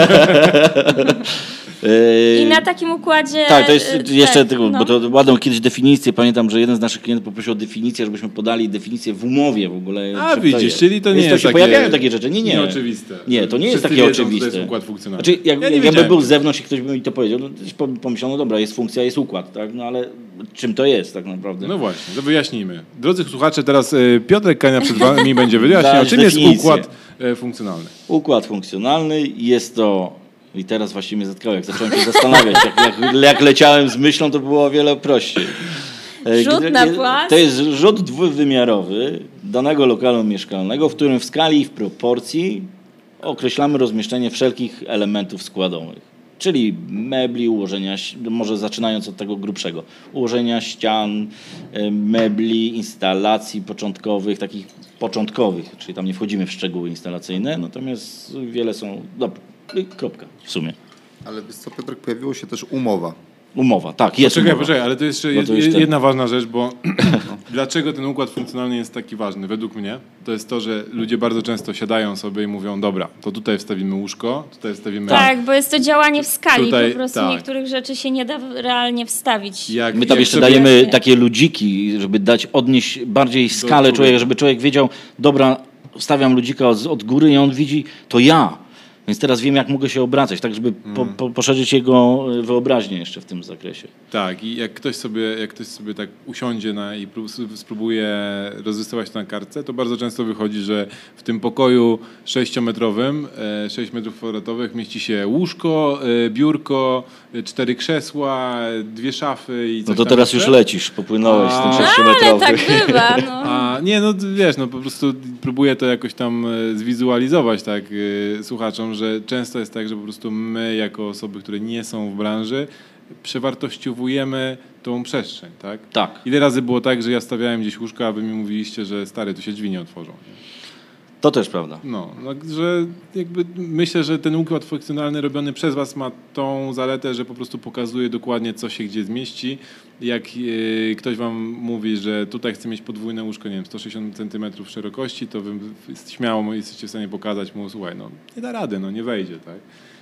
I na takim układzie... Tak, to jest jeszcze tak, tego, bo to ładną kiedyś definicję, pamiętam, że jeden z naszych klientów poprosił o definicję, żebyśmy podali definicję w umowie w ogóle. A widzisz, czyli to nie Więc jest się takie pojawiają takie rzeczy. Nie. Nieoczywiste. Nie, to nie jest Wszyscy takie wiedzą, oczywiste. że to jest układ funkcjonalny. Znaczy, jakby wiedziałem. był z zewnątrz i ktoś by mi to powiedział, no też pomyślał, no dobra, jest funkcja, jest układ, tak? No ale czym to jest tak naprawdę? No właśnie, to wyjaśnijmy. Drodzy słuchacze, teraz Piotrek Kania przed wami będzie wyjaśniał, Dać czym jest definicję. układ funkcjonalny. Układ funkcjonalny jest to... I teraz właśnie mnie zatkało, jak zacząłem się zastanawiać. Jak leciałem z myślą, to było o wiele prościej. Rzut na płas? To jest rzut dwuwymiarowy danego lokalu mieszkalnego, w którym w skali i w proporcji określamy rozmieszczenie wszelkich elementów składowych. Czyli mebli, ułożenia, może zaczynając od tego grubszego, ułożenia ścian, mebli, instalacji początkowych, takich początkowych, czyli tam nie wchodzimy w szczegóły instalacyjne, natomiast wiele są... Dobra. Kropka w sumie. Ale wiesz co, Piotrek, pojawiło się też umowa. Umowa, tak, jest Poczekaj, ale to jeszcze jedna ważna rzecz, bo dlaczego ten układ funkcjonalny jest taki ważny? Według mnie to jest to, że ludzie bardzo często siadają sobie i mówią, dobra, to tutaj wstawimy łóżko, tutaj wstawimy... Tak, bo jest to działanie w skali, tutaj, po prostu tak. Niektórych rzeczy się nie da realnie wstawić. My tam jeszcze dajemy takie ludziki, żeby odnieść bardziej skalę człowieka, żeby człowiek wiedział, dobra, stawiam ludzika od góry i on widzi, to ja. Więc teraz wiem, jak mogę się obracać, tak żeby poszerzyć jego wyobraźnię jeszcze w tym zakresie. Tak, i jak ktoś sobie tak usiądzie i spróbuje rozrysować to na kartce, to bardzo często wychodzi, że w tym pokoju 6-metrowym, 6 metrów kwadratowych mieści się łóżko, biurko, 4 krzesła, 2 szafy i coś No to tam teraz jeszcze. już lecisz, popłynąłeś z tym 6-metrowym. Ale tak bywa, no. Nie, no wiesz, no po prostu próbuję to jakoś tam zwizualizować tak słuchaczom, że często jest tak, że po prostu my jako osoby, które nie są w branży, przewartościowujemy tą przestrzeń, tak? Tak. Ile razy było tak, że ja stawiałem gdzieś łóżko, a wy mi mówiliście, że stary, tu się drzwi nie otworzą. Nie? To też prawda. No, że jakby myślę, że ten układ funkcjonalny robiony przez was ma tą zaletę, że po prostu pokazuje dokładnie, co się gdzie zmieści. Jak ktoś wam mówi, że tutaj chce mieć podwójne łóżko, nie wiem, 160 cm szerokości, to wy śmiało jesteście w stanie pokazać mu, słuchaj, no nie da rady, no nie wejdzie, tak?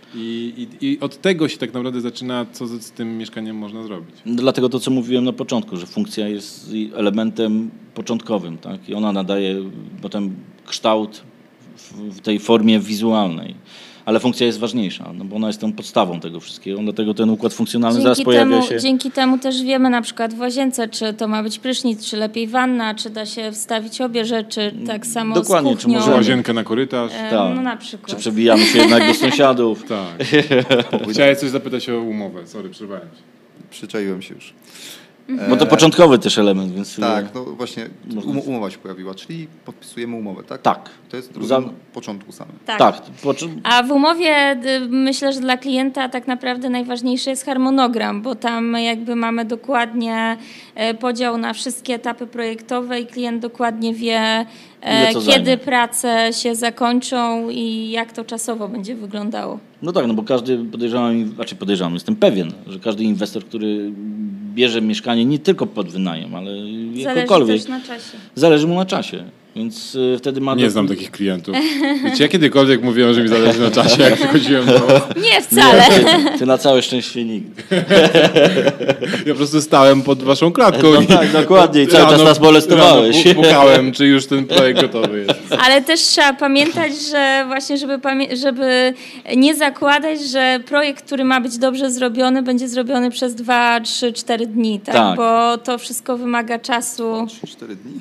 I od tego się tak naprawdę zaczyna, co z tym mieszkaniem można zrobić. Dlatego to, co mówiłem na początku, że funkcja jest elementem początkowym, tak? I ona nadaje potem kształt w tej formie wizualnej. Ale funkcja jest ważniejsza, no bo ona jest tą podstawą tego wszystkiego, dlatego ten układ funkcjonalny zaraz pojawia się. Dzięki temu też wiemy na przykład w łazience, czy to ma być prysznic, czy lepiej wanna, czy da się wstawić obie rzeczy, tak samo Dokładnie, z kuchnią. czy może łazienkę na korytarz. Tak. No na przykład. Czy przebijamy się jednak do sąsiadów. Tak. Chciałem coś zapytać o umowę, sorry, przerwałem się. Przyczaiłem się już. Bo to początkowy też element, więc... Tak, no właśnie umowa się pojawiła, czyli podpisujemy umowę, tak? Tak. To jest na początku samym. Tak. Tak. A w umowie myślę, że dla klienta tak naprawdę najważniejszy jest harmonogram, bo tam jakby mamy dokładnie podział na wszystkie etapy projektowe i klient dokładnie wie, kiedy prace się i jak to czasowo będzie wyglądało. No tak, no bo każdy podejrzewam, jestem pewien, że każdy inwestor, który bierze mieszkanie nie tylko pod wynajem, ale jakkolwiek. Zależy też na czasie. Zależy mu na czasie, więc wtedy ma... Nie znam takich klientów. Wiecie, ja kiedykolwiek mówiłem, że mi zależy na czasie, jak przychodziłem do... Nie wcale. Ty na całe szczęście nigdy. Ja po prostu stałem pod waszą klatką. No tak, dokładnie. I cały czas nas molestowałeś. Pukałem, czy już ten projekt gotowy jest. Ale też trzeba pamiętać, że właśnie, żeby nie zakładać, że projekt, który ma być dobrze zrobiony, będzie zrobiony przez 2, 3, 4 dni, tak? Tak. Bo to wszystko wymaga czasu. 3-4 dni?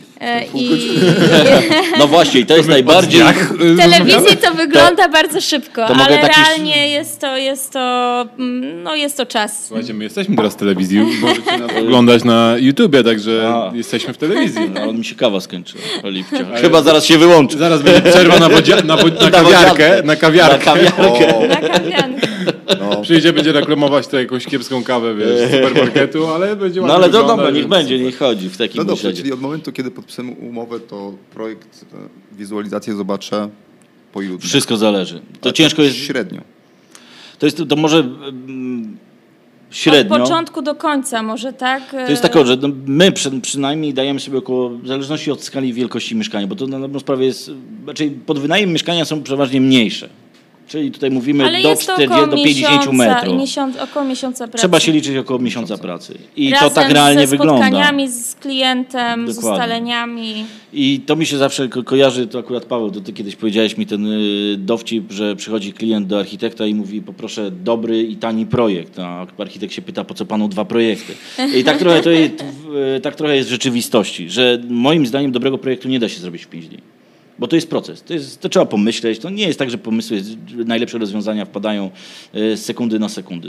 No właśnie, i to jest najbardziej... W telewizji to wygląda bardzo szybko, to mogę ale taki... realnie jest to czas. Słuchajcie, my jesteśmy teraz w telewizji, możecie nas oglądać na YouTubie, także jesteśmy w telewizji. No, ale mi się kawa skończyła, Oliwcia. Chyba zaraz się wyłączy. Zaraz będzie przerwa na kawiarkę. Na kawiarkę. Na kawiarkę. No. Przyjdzie, będzie reklamować to jakąś kiepską kawę, wiesz, z supermarketu, ale będzie ładnie No ale to wyglądać, dobra, niech więc będzie, super. niech chodzi w takim No dobrze, śledzie. czyli od momentu, kiedy podpisujemy umowę, to projekt, wizualizację zobaczę po ilu dniach? Wszystko zależy. To Ale ciężko jest... Średnio. To może średnio. Od początku do końca może, tak? To jest tak, że my przynajmniej dajemy sobie około, w zależności od skali wielkości mieszkania, bo to na dobrą sprawę jest, raczej pod wynajem mieszkania są przeważnie mniejsze. Czyli tutaj mówimy ale do 50 metrów. Około miesiąca pracy. Trzeba się liczyć około miesiąca pracy. I razem to tak realnie wygląda. Z spotkaniami z klientem, Dokładnie. z ustaleniami. I to mi się zawsze kojarzy, to akurat Paweł, to ty kiedyś powiedziałeś mi ten dowcip, że przychodzi klient do architekta i mówi: poproszę dobry i tani projekt. A architekt się pyta: po co panu 2 projekty? I tak trochę jest w rzeczywistości, że moim zdaniem dobrego projektu nie da się zrobić w 5 dni. Bo to jest proces, to trzeba pomyśleć. To nie jest tak, że pomysły, najlepsze rozwiązania wpadają z sekundy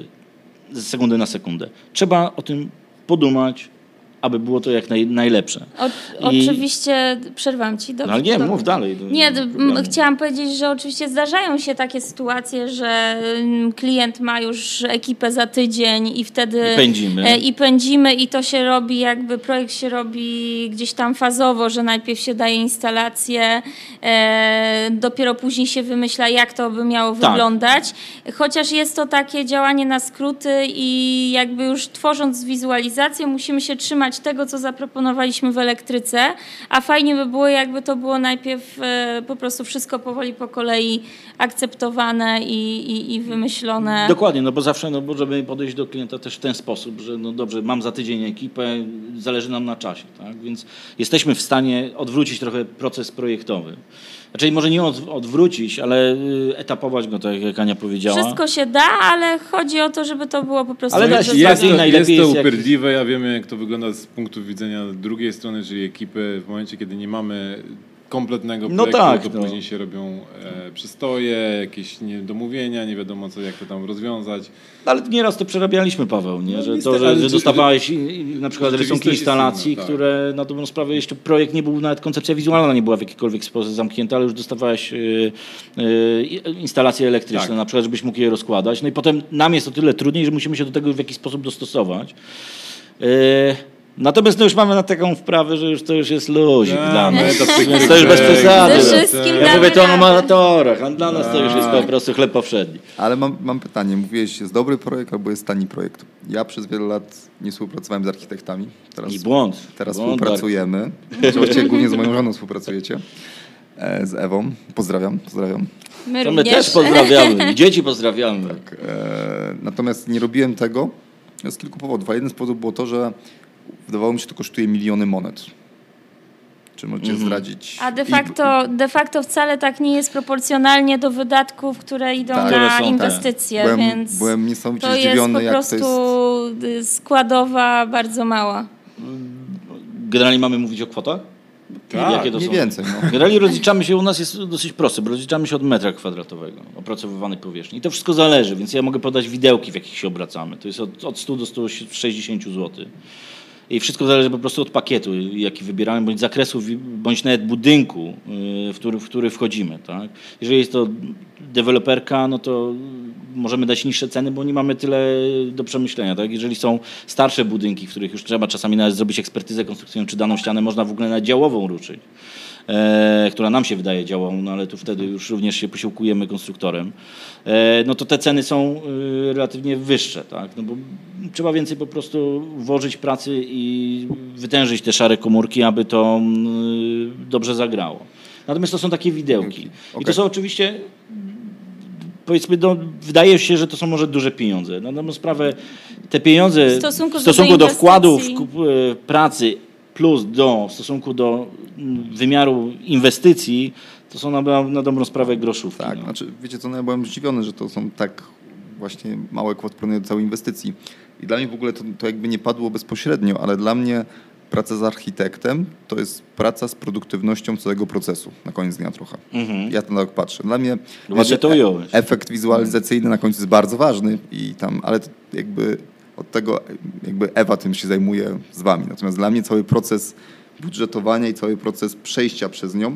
na sekundę. Trzeba o tym podumać, aby było to jak najlepsze. Oczywiście, przerwam ci. Dobrze, ale nie, mów dalej. Chciałam powiedzieć, że oczywiście zdarzają się takie sytuacje, że klient ma już ekipę za tydzień i wtedy pędzimy i to się robi, jakby projekt się robi gdzieś tam fazowo, że najpierw się daje instalację, dopiero później się wymyśla, jak to by miało wyglądać. Chociaż jest to takie działanie na skróty i jakby już tworząc wizualizację musimy się trzymać tego, co zaproponowaliśmy w elektryce, a fajnie by było, jakby to było najpierw po prostu wszystko powoli po kolei akceptowane i wymyślone. Dokładnie, no bo zawsze możemy podejść do klienta też w ten sposób, że no dobrze, mam za tydzień ekipę, zależy nam na czasie, tak? Więc jesteśmy w stanie odwrócić trochę proces projektowy. Znaczy może nie odwrócić, ale etapować go, tak jak Ania powiedziała. Wszystko się da, ale chodzi o to, żeby to było po prostu... Ale jest to upierdliwe, ja wiemy, jak to wygląda z punktu widzenia drugiej strony, czyli ekipy. W momencie, kiedy nie mamy kompletnego projektu, to później się robią przystoje, jakieś niedomówienia, nie wiadomo co, jak to tam rozwiązać. Ale nieraz to przerabialiśmy, Paweł, nie? Że dostawałeś na przykład rysunki instalacji, które na dobrą sprawę jeszcze projekt nie był, nawet koncepcja wizualna nie była w jakikolwiek sposób zamknięta, ale już dostawałeś instalacje elektryczne, na przykład, żebyś mógł je rozkładać. No i potem nam jest o tyle trudniej, że musimy się do tego w jakiś sposób dostosować. Natomiast już mamy na taką wprawę, że to już jest luzik dla nas. To już bez przesady. Ja mówię to o amatoraach, a dla nas to już jest po prostu chleb powszedni. Ale mam pytanie. Mówiłeś, jest dobry projekt albo jest tani projekt. Ja przez wiele lat nie współpracowałem z architektami. Teraz współpracujemy. Właściwie głównie z moją żoną współpracujecie. Z Ewą. Pozdrawiam. My też pozdrawiamy. Dzieci pozdrawiamy. Tak, natomiast nie robiłem tego z kilku powodów. A jeden z powodów było to, że wydawało mi się, że to kosztuje miliony monet. Czy możecie zdradzić? A de facto wcale tak nie jest proporcjonalnie do wydatków, które idą na inwestycje, więc byłem niesamowicie to zdziwiony, jest po prostu składowa bardzo mała. Generalnie mamy mówić o kwotach? Jakie to są? Więcej. Generalnie rozliczamy się, u nas jest dosyć proste, bo rozliczamy się od metra kwadratowego opracowywanej powierzchni. I to wszystko zależy, więc ja mogę podać widełki, w jakich się obracamy. To jest od 100 do 160 zł. I wszystko zależy po prostu od pakietu, jaki wybieramy, bądź zakresu, bądź nawet budynku, w który wchodzimy. Tak? Jeżeli jest to deweloperka, no to możemy dać niższe ceny, bo nie mamy tyle do przemyślenia. Tak? Jeżeli są starsze budynki, w których już trzeba czasami nawet zrobić ekspertyzę konstrukcyjną, czy daną ścianę można w ogóle na działową ruszyć, która nam się wydaje działową, no ale tu wtedy już również się posiłkujemy konstruktorem, no to te ceny są relatywnie wyższe, tak? No bo trzeba więcej po prostu włożyć pracy i wytężyć te szare komórki, aby to dobrze zagrało. Natomiast to są takie widełki. I to są oczywiście, powiedzmy, wydaje się, że to są może duże pieniądze. Na dobrą sprawę te pieniądze w stosunku do wkładów pracy plus w stosunku do wymiaru inwestycji, to są na dobrą sprawę groszówki. Tak, znaczy wiecie co, ja byłem zdziwiony, że to są tak właśnie małe kwoty do całej inwestycji. I dla mnie w ogóle to jakby nie padło bezpośrednio, ale dla mnie praca z architektem to jest praca z produktywnością całego procesu, na koniec dnia trochę. Ja tam tak patrzę. Dla mnie efekt wizualizacyjny na końcu jest bardzo ważny, ale jakby od tego jakby Ewa tym się zajmuje z wami. Natomiast dla mnie cały proces budżetowania i cały proces przejścia przez nią,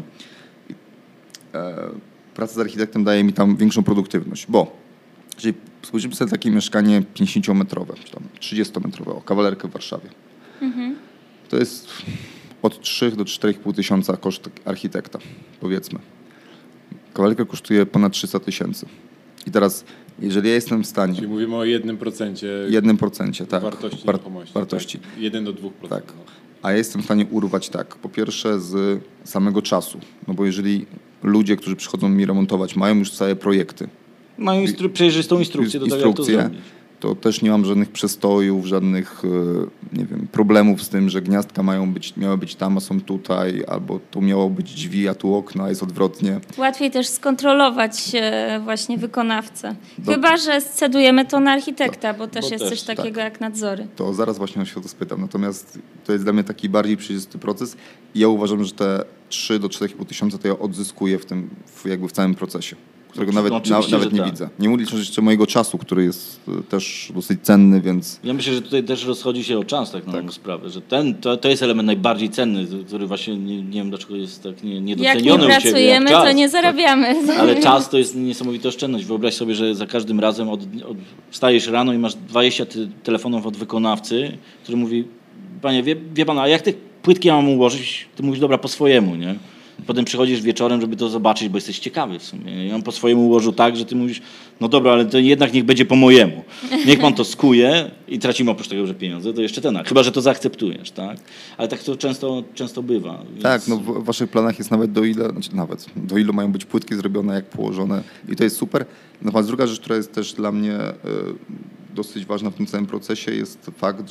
praca z architektem daje mi tam większą produktywność, bo jeżeli spojrzymy sobie takie mieszkanie 50-metrowe, czy tam 30-metrowe, o kawalerkę w Warszawie, to jest od 3 do 4,5 tysiąca koszt architekta, powiedzmy. Kawalerka kosztuje ponad 300 000. I teraz Jeżeli ja jestem w stanie... Czyli mówimy o 1%. 1%, tak. Wartości nieruchomości. Wartości. Tak? 1 do 2%. Tak. A ja jestem w stanie urwać tak, po pierwsze z samego czasu, no bo jeżeli ludzie, którzy przychodzą mi remontować, mają już całe projekty. Mają przejrzystą instrukcję do tego, jak to zrobić. To też nie mam żadnych przestojów, żadnych, nie wiem, problemów z tym, że gniazdka miały być tam, a są tutaj, albo tu miało być drzwi, a tu okna, jest odwrotnie. Łatwiej też skontrolować właśnie wykonawcę. Chyba że scedujemy to na architekta, bo też jest coś takiego jak nadzory. To zaraz właśnie się o to spytam. Natomiast to jest dla mnie taki bardziej przejrzysty proces i ja uważam, że te 3 do 4,5 tysiąca to ja odzyskuję w całym procesie, którego nawet nie widzę. Nie mówiąc jeszcze mojego czasu, który jest też dosyć cenny, więc... Ja myślę, że tutaj też rozchodzi się o czas tak na dobrą sprawę, że to jest element najbardziej cenny, który właśnie nie wiem dlaczego jest tak niedoceniony jak nie u ciebie. Pracujemy, to nie zarabiamy. Tak. Ale czas to jest niesamowita oszczędność. Wyobraź sobie, że za każdym razem wstajesz rano i masz 20 telefonów od wykonawcy, który mówi, panie, wie pan, a jak te płytki ja mam ułożyć? Ty mówisz, dobra, po swojemu, nie? Potem przychodzisz wieczorem, żeby to zobaczyć, bo jesteś ciekawy w sumie. I on po swojemu ułożył tak, że ty mówisz, no dobra, ale to jednak niech będzie po mojemu. Niech pan to skuje i tracimy oprócz tego, że pieniądze, to jeszcze ten akt. Chyba że to zaakceptujesz, tak? Ale tak to często bywa. Więc... Tak, no w waszych planach jest do ilu mają być płytki zrobione, jak położone i to jest super. Natomiast druga rzecz, która jest też dla mnie dosyć ważna w tym całym procesie, jest fakt,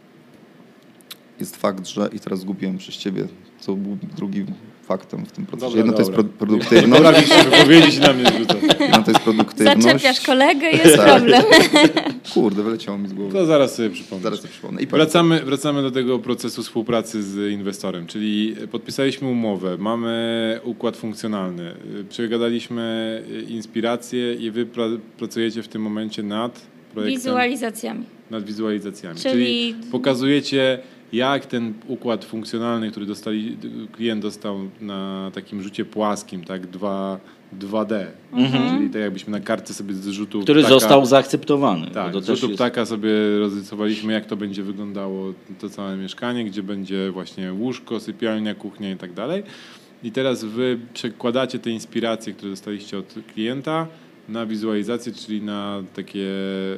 i teraz zgubiłem przez ciebie, co był drugi faktem w tym procesie. Jedno to jest produktywność. Dobra, wypowiedzieć na mnie rzuca. Jedno to jest produktywność. Zaczepiasz kolegę, jest problem. Kurde, wyleciało mi z głowy. To zaraz sobie przypomnę. I wracamy do tego procesu współpracy z inwestorem, czyli podpisaliśmy umowę, mamy układ funkcjonalny, przegadaliśmy inspiracje i wy pracujecie w tym momencie nad projektem. Nad wizualizacjami. Czyli pokazujecie, jak ten układ funkcjonalny, który klient dostał na takim rzucie płaskim, tak 2D, czyli tak jakbyśmy na kartce sobie z rzutu który ptaka, został zaakceptowany. Tak, z rzutu ptaka sobie rozrysowaliśmy, jak to będzie wyglądało to całe mieszkanie, gdzie będzie właśnie łóżko, sypialnia, kuchnia i tak dalej. I teraz wy przekładacie te inspiracje, które dostaliście od klienta, na wizualizację, czyli na takie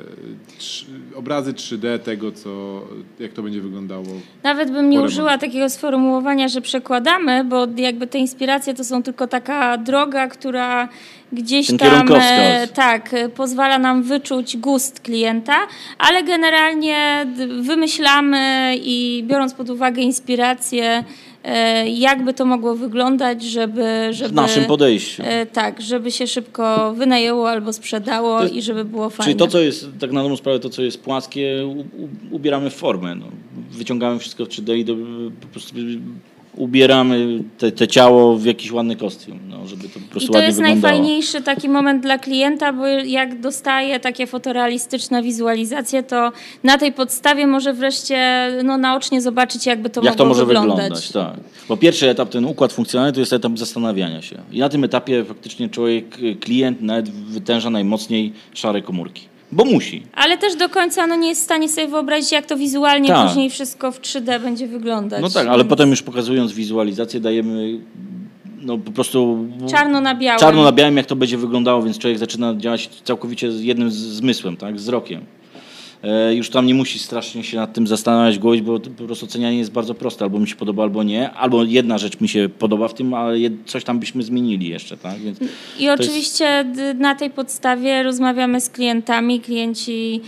obrazy 3D tego, jak to będzie wyglądało. Nawet bym nie użyła takiego sformułowania, że przekładamy, bo jakby te inspiracje to są tylko taka droga, która gdzieś tam pozwala nam wyczuć gust klienta, ale generalnie wymyślamy i biorąc pod uwagę inspiracje, jakby to mogło wyglądać, żeby w naszym podejściu. Tak, żeby się szybko wynajęło albo sprzedało i żeby było fajne. Czyli to, co jest, tak na dobrą sprawę, to, co jest płaskie, ubieramy w formę. No. Wyciągamy wszystko w 3D i po prostu ubieramy te ciało w jakiś ładny kostium, no, żeby to po prostu ładnie wyglądało. I to jest najfajniejszy taki moment dla klienta, bo jak dostaje takie fotorealistyczne wizualizacje, to na tej podstawie może wreszcie naocznie zobaczyć, jakby to mogło wyglądać. Tak. Bo pierwszy etap, ten układ funkcjonalny, to jest etap zastanawiania się. I na tym etapie faktycznie klient nawet wytęża najmocniej szare komórki. Bo musi. Ale też do końca nie jest w stanie sobie wyobrazić, jak to wizualnie później wszystko w 3D będzie wyglądać. No tak, ale potem już pokazując wizualizację dajemy po prostu czarno na białym, jak to będzie wyglądało, więc człowiek zaczyna działać całkowicie z jednym zmysłem, tak, wzrokiem. Już tam nie musi strasznie się nad tym zastanawiać, głowić, bo po prostu ocenianie jest bardzo proste. Albo mi się podoba, albo nie. Albo jedna rzecz mi się podoba w tym, ale coś tam byśmy zmienili jeszcze. Tak? Więc i oczywiście na tej podstawie rozmawiamy z klientami. Klienci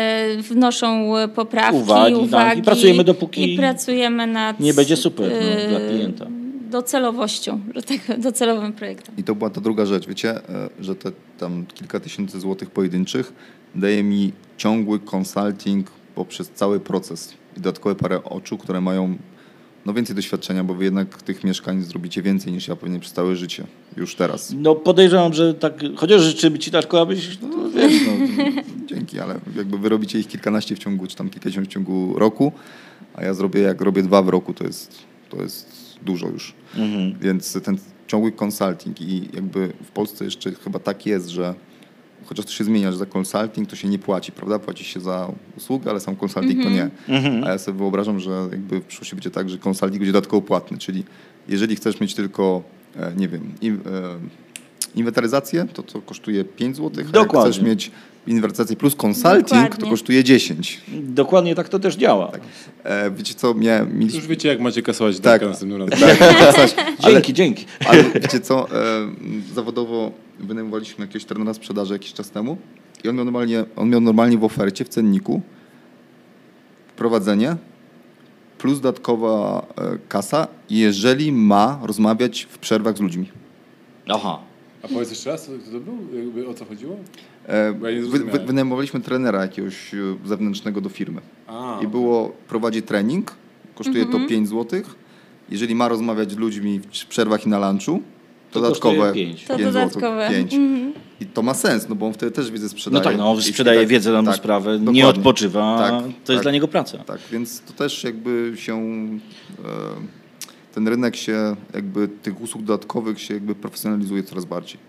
wnoszą poprawki, uwagi. I pracujemy dopóki pracujemy nad nie będzie super dla klienta. Docelowością, docelowym projektem. I to była ta druga rzecz. Wiecie, że te tam kilka tysięcy złotych pojedynczych daje mi ciągły consulting poprzez cały proces i dodatkowe parę oczu, które mają więcej doświadczenia, bo wy jednak tych mieszkań zrobicie więcej niż ja pewnie przez całe życie, już teraz. No podejrzewam, że tak, chociaż życzymy ci tak, abyś, wiesz, Dzięki, ale jakby wy robicie ich kilkanaście w ciągu, czy tam kilkadziesiąt w ciągu roku, a ja jak robię 2 w roku, to jest dużo już. Więc ten ciągły consulting i jakby w Polsce jeszcze chyba tak jest, że chociaż to się zmienia, że za consulting to się nie płaci, prawda? Płaci się za usługę, ale sam consulting to nie. A ja sobie wyobrażam, że jakby w przyszłości będzie tak, że consulting będzie dodatkowo płatny, czyli jeżeli chcesz mieć tylko, inwentaryzację, to kosztuje 5 zł, a Dokładnie. jak chcesz mieć inwentaryzację plus consulting, to kosztuje 10. Dokładnie tak to też działa. Tak. Wiecie co, mieliśmy... Już wiecie, jak macie kasować Tak. następnym razem. Dzięki. Ale wiecie co, zawodowo wynajmowaliśmy jakiegoś trenera sprzedaży jakiś czas temu i on miał normalnie w ofercie, w cenniku prowadzenie plus dodatkowa kasa, jeżeli ma rozmawiać w przerwach z ludźmi. Aha. A powiedz jeszcze raz, kto to był? Jakby o co chodziło? Bo ja nie Wy, zrozumiałem. wynajmowaliśmy trenera jakiegoś zewnętrznego do firmy. A, I było, prowadzi trening, kosztuje to 5 zł. Jeżeli ma rozmawiać z ludźmi w przerwach i na lunchu, To dodatkowe kosztuje 5. To 5 dodatkowe. zł, 5. I to ma sens, no bo on wtedy też wiedzę No sprzedaje. tak, no, I sprzedaje tak- wiedzę, daną tak, sprawę, dokładnie. nie odpoczywa, Tak, to jest tak. dla niego praca. Tak, więc to też jakby się... ten rynek się jakby tych usług dodatkowych się jakby profesjonalizuje coraz bardziej.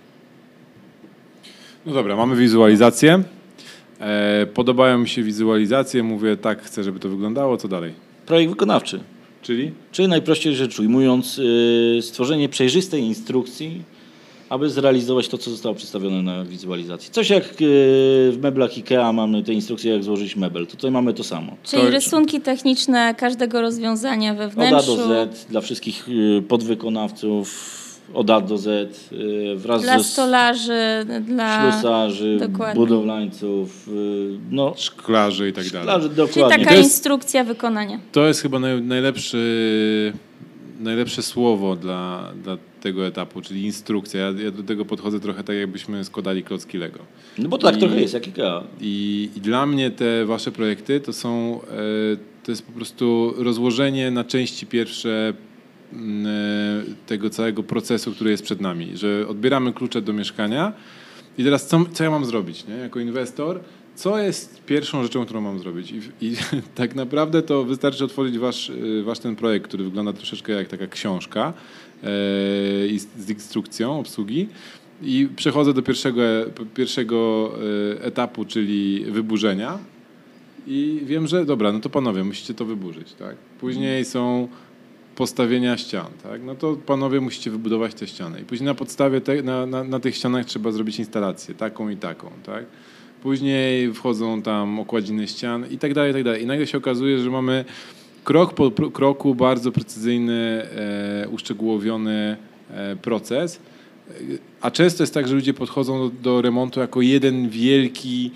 no dobra, mamy wizualizację. Podobają mi się wizualizacje, mówię tak, chcę, żeby to wyglądało, co dalej? Projekt wykonawczy, Czyli? czyli najprościej rzecz ujmując, stworzenie przejrzystej instrukcji, aby zrealizować to, co zostało przedstawione na wizualizacji. Coś jak w meblach IKEA mamy te instrukcje, jak złożyć mebel. Tutaj mamy to samo. Czyli rysunki techniczne każdego rozwiązania we Od A wnętrzu. do Z dla wszystkich podwykonawców, od A do Z wraz Dla ze stolarzy, dla... ślusarzy, Dokładnie. budowlańców, no, Szklarzy i tak dalej. szklarzy, Czyli dokładnie. taka instrukcja wykonania. To jest chyba najlepsze słowo dla tego etapu, czyli instrukcja. Ja do tego podchodzę trochę tak, jakbyśmy składali klocki Lego. No bo tak trochę jest, jak IKEA. I dla mnie te wasze projekty to jest po prostu rozłożenie na części pierwsze tego całego procesu, który jest przed nami. Że odbieramy klucze do mieszkania i teraz co ja mam zrobić, nie? Jako inwestor? Co jest pierwszą rzeczą, którą mam zrobić? I tak naprawdę to wystarczy otworzyć wasz ten projekt, który wygląda troszeczkę jak taka książka z instrukcją obsługi i przechodzę do pierwszego etapu, czyli wyburzenia i wiem, że dobra, no to panowie, musicie to wyburzyć, tak? Później są postawienia ścian, tak? No to panowie musicie wybudować te ściany i później na podstawie na tych ścianach trzeba zrobić instalację taką i taką, tak? Później wchodzą tam okładziny ścian i tak dalej, i tak dalej. I nagle się okazuje, że mamy krok po kroku bardzo precyzyjny, uszczegółowiony proces. A często jest tak, że ludzie podchodzą do remontu jako jeden wielki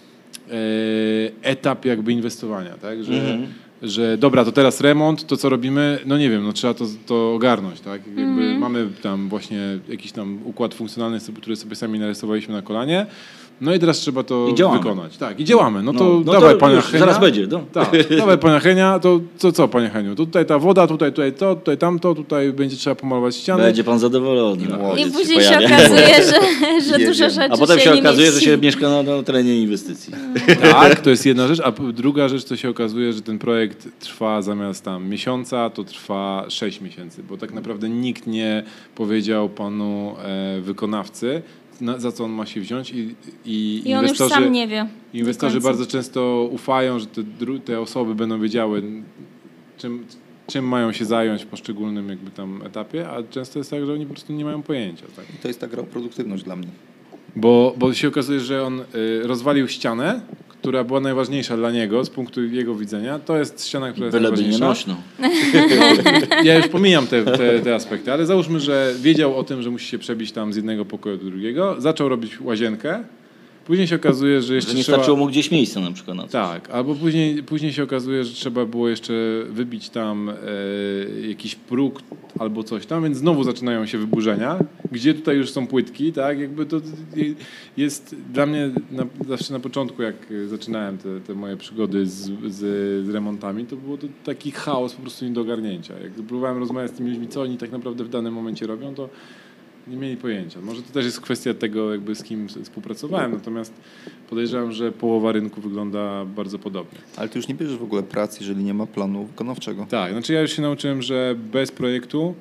etap jakby inwestowania, tak? Że dobra, to teraz remont, to co robimy, no nie wiem, no trzeba to ogarnąć, tak? Jakby mamy tam właśnie jakiś tam układ funkcjonalny, który sobie sami narysowaliśmy na kolanie, no i teraz trzeba to wykonać. Tak, i działamy. No to dawaj, panie Henia. Zaraz będzie, no. Tak, dawaj, panie Henia, to co, panie Heniu? To tutaj ta woda, tutaj to, tutaj tamto, tutaj będzie trzeba pomalować ściany. Będzie pan zadowolony. I później się okazuje, że dużo rzeczy A potem się nie okazuje, że mieści. się mieszka na terenie inwestycji. Tak, to jest jedna rzecz, a druga rzecz to się okazuje, że ten projekt trwa zamiast tam miesiąca, to trwa 6 miesięcy, bo tak naprawdę nikt nie powiedział panu wykonawcy, za co on ma się wziąć i on już sam nie wie. Inwestorzy bardzo często ufają, że te osoby będą wiedziały, czym mają się zająć w poszczególnym jakby tam etapie, a często jest tak, że oni po prostu nie mają pojęcia. Tak? I to jest ta gra o produktywność dla mnie. Bo się okazuje, że on rozwalił ścianę, która była najważniejsza dla niego z punktu jego widzenia. To jest ściana, która jest Byleby najważniejsza. nienośną. Ja już pomijam te aspekty, ale załóżmy, że wiedział o tym, że musi się przebić tam z jednego pokoju do drugiego, zaczął robić łazienkę, później się okazuje, że jeszcze Że nie trzeba... starczyło mu gdzieś miejsca na przykład na to. Tak, albo później się okazuje, że trzeba było jeszcze wybić tam jakiś próg albo coś tam, więc znowu zaczynają się wyburzenia, gdzie tutaj już są płytki, tak, jakby to jest dla mnie zawsze na początku, jak zaczynałem te moje przygody z remontami, to było to taki chaos po prostu nie do ogarnięcia. Jak próbowałem rozmawiać z tymi ludźmi, co oni tak naprawdę w danym momencie robią, to nie mieli pojęcia. Może to też jest kwestia tego, jakby z kim współpracowałem, natomiast podejrzewam, że połowa rynku wygląda bardzo podobnie. Ale ty już nie bierzesz w ogóle pracy, jeżeli nie ma planu wykonawczego. Tak, znaczy ja już się nauczyłem, że bez projektu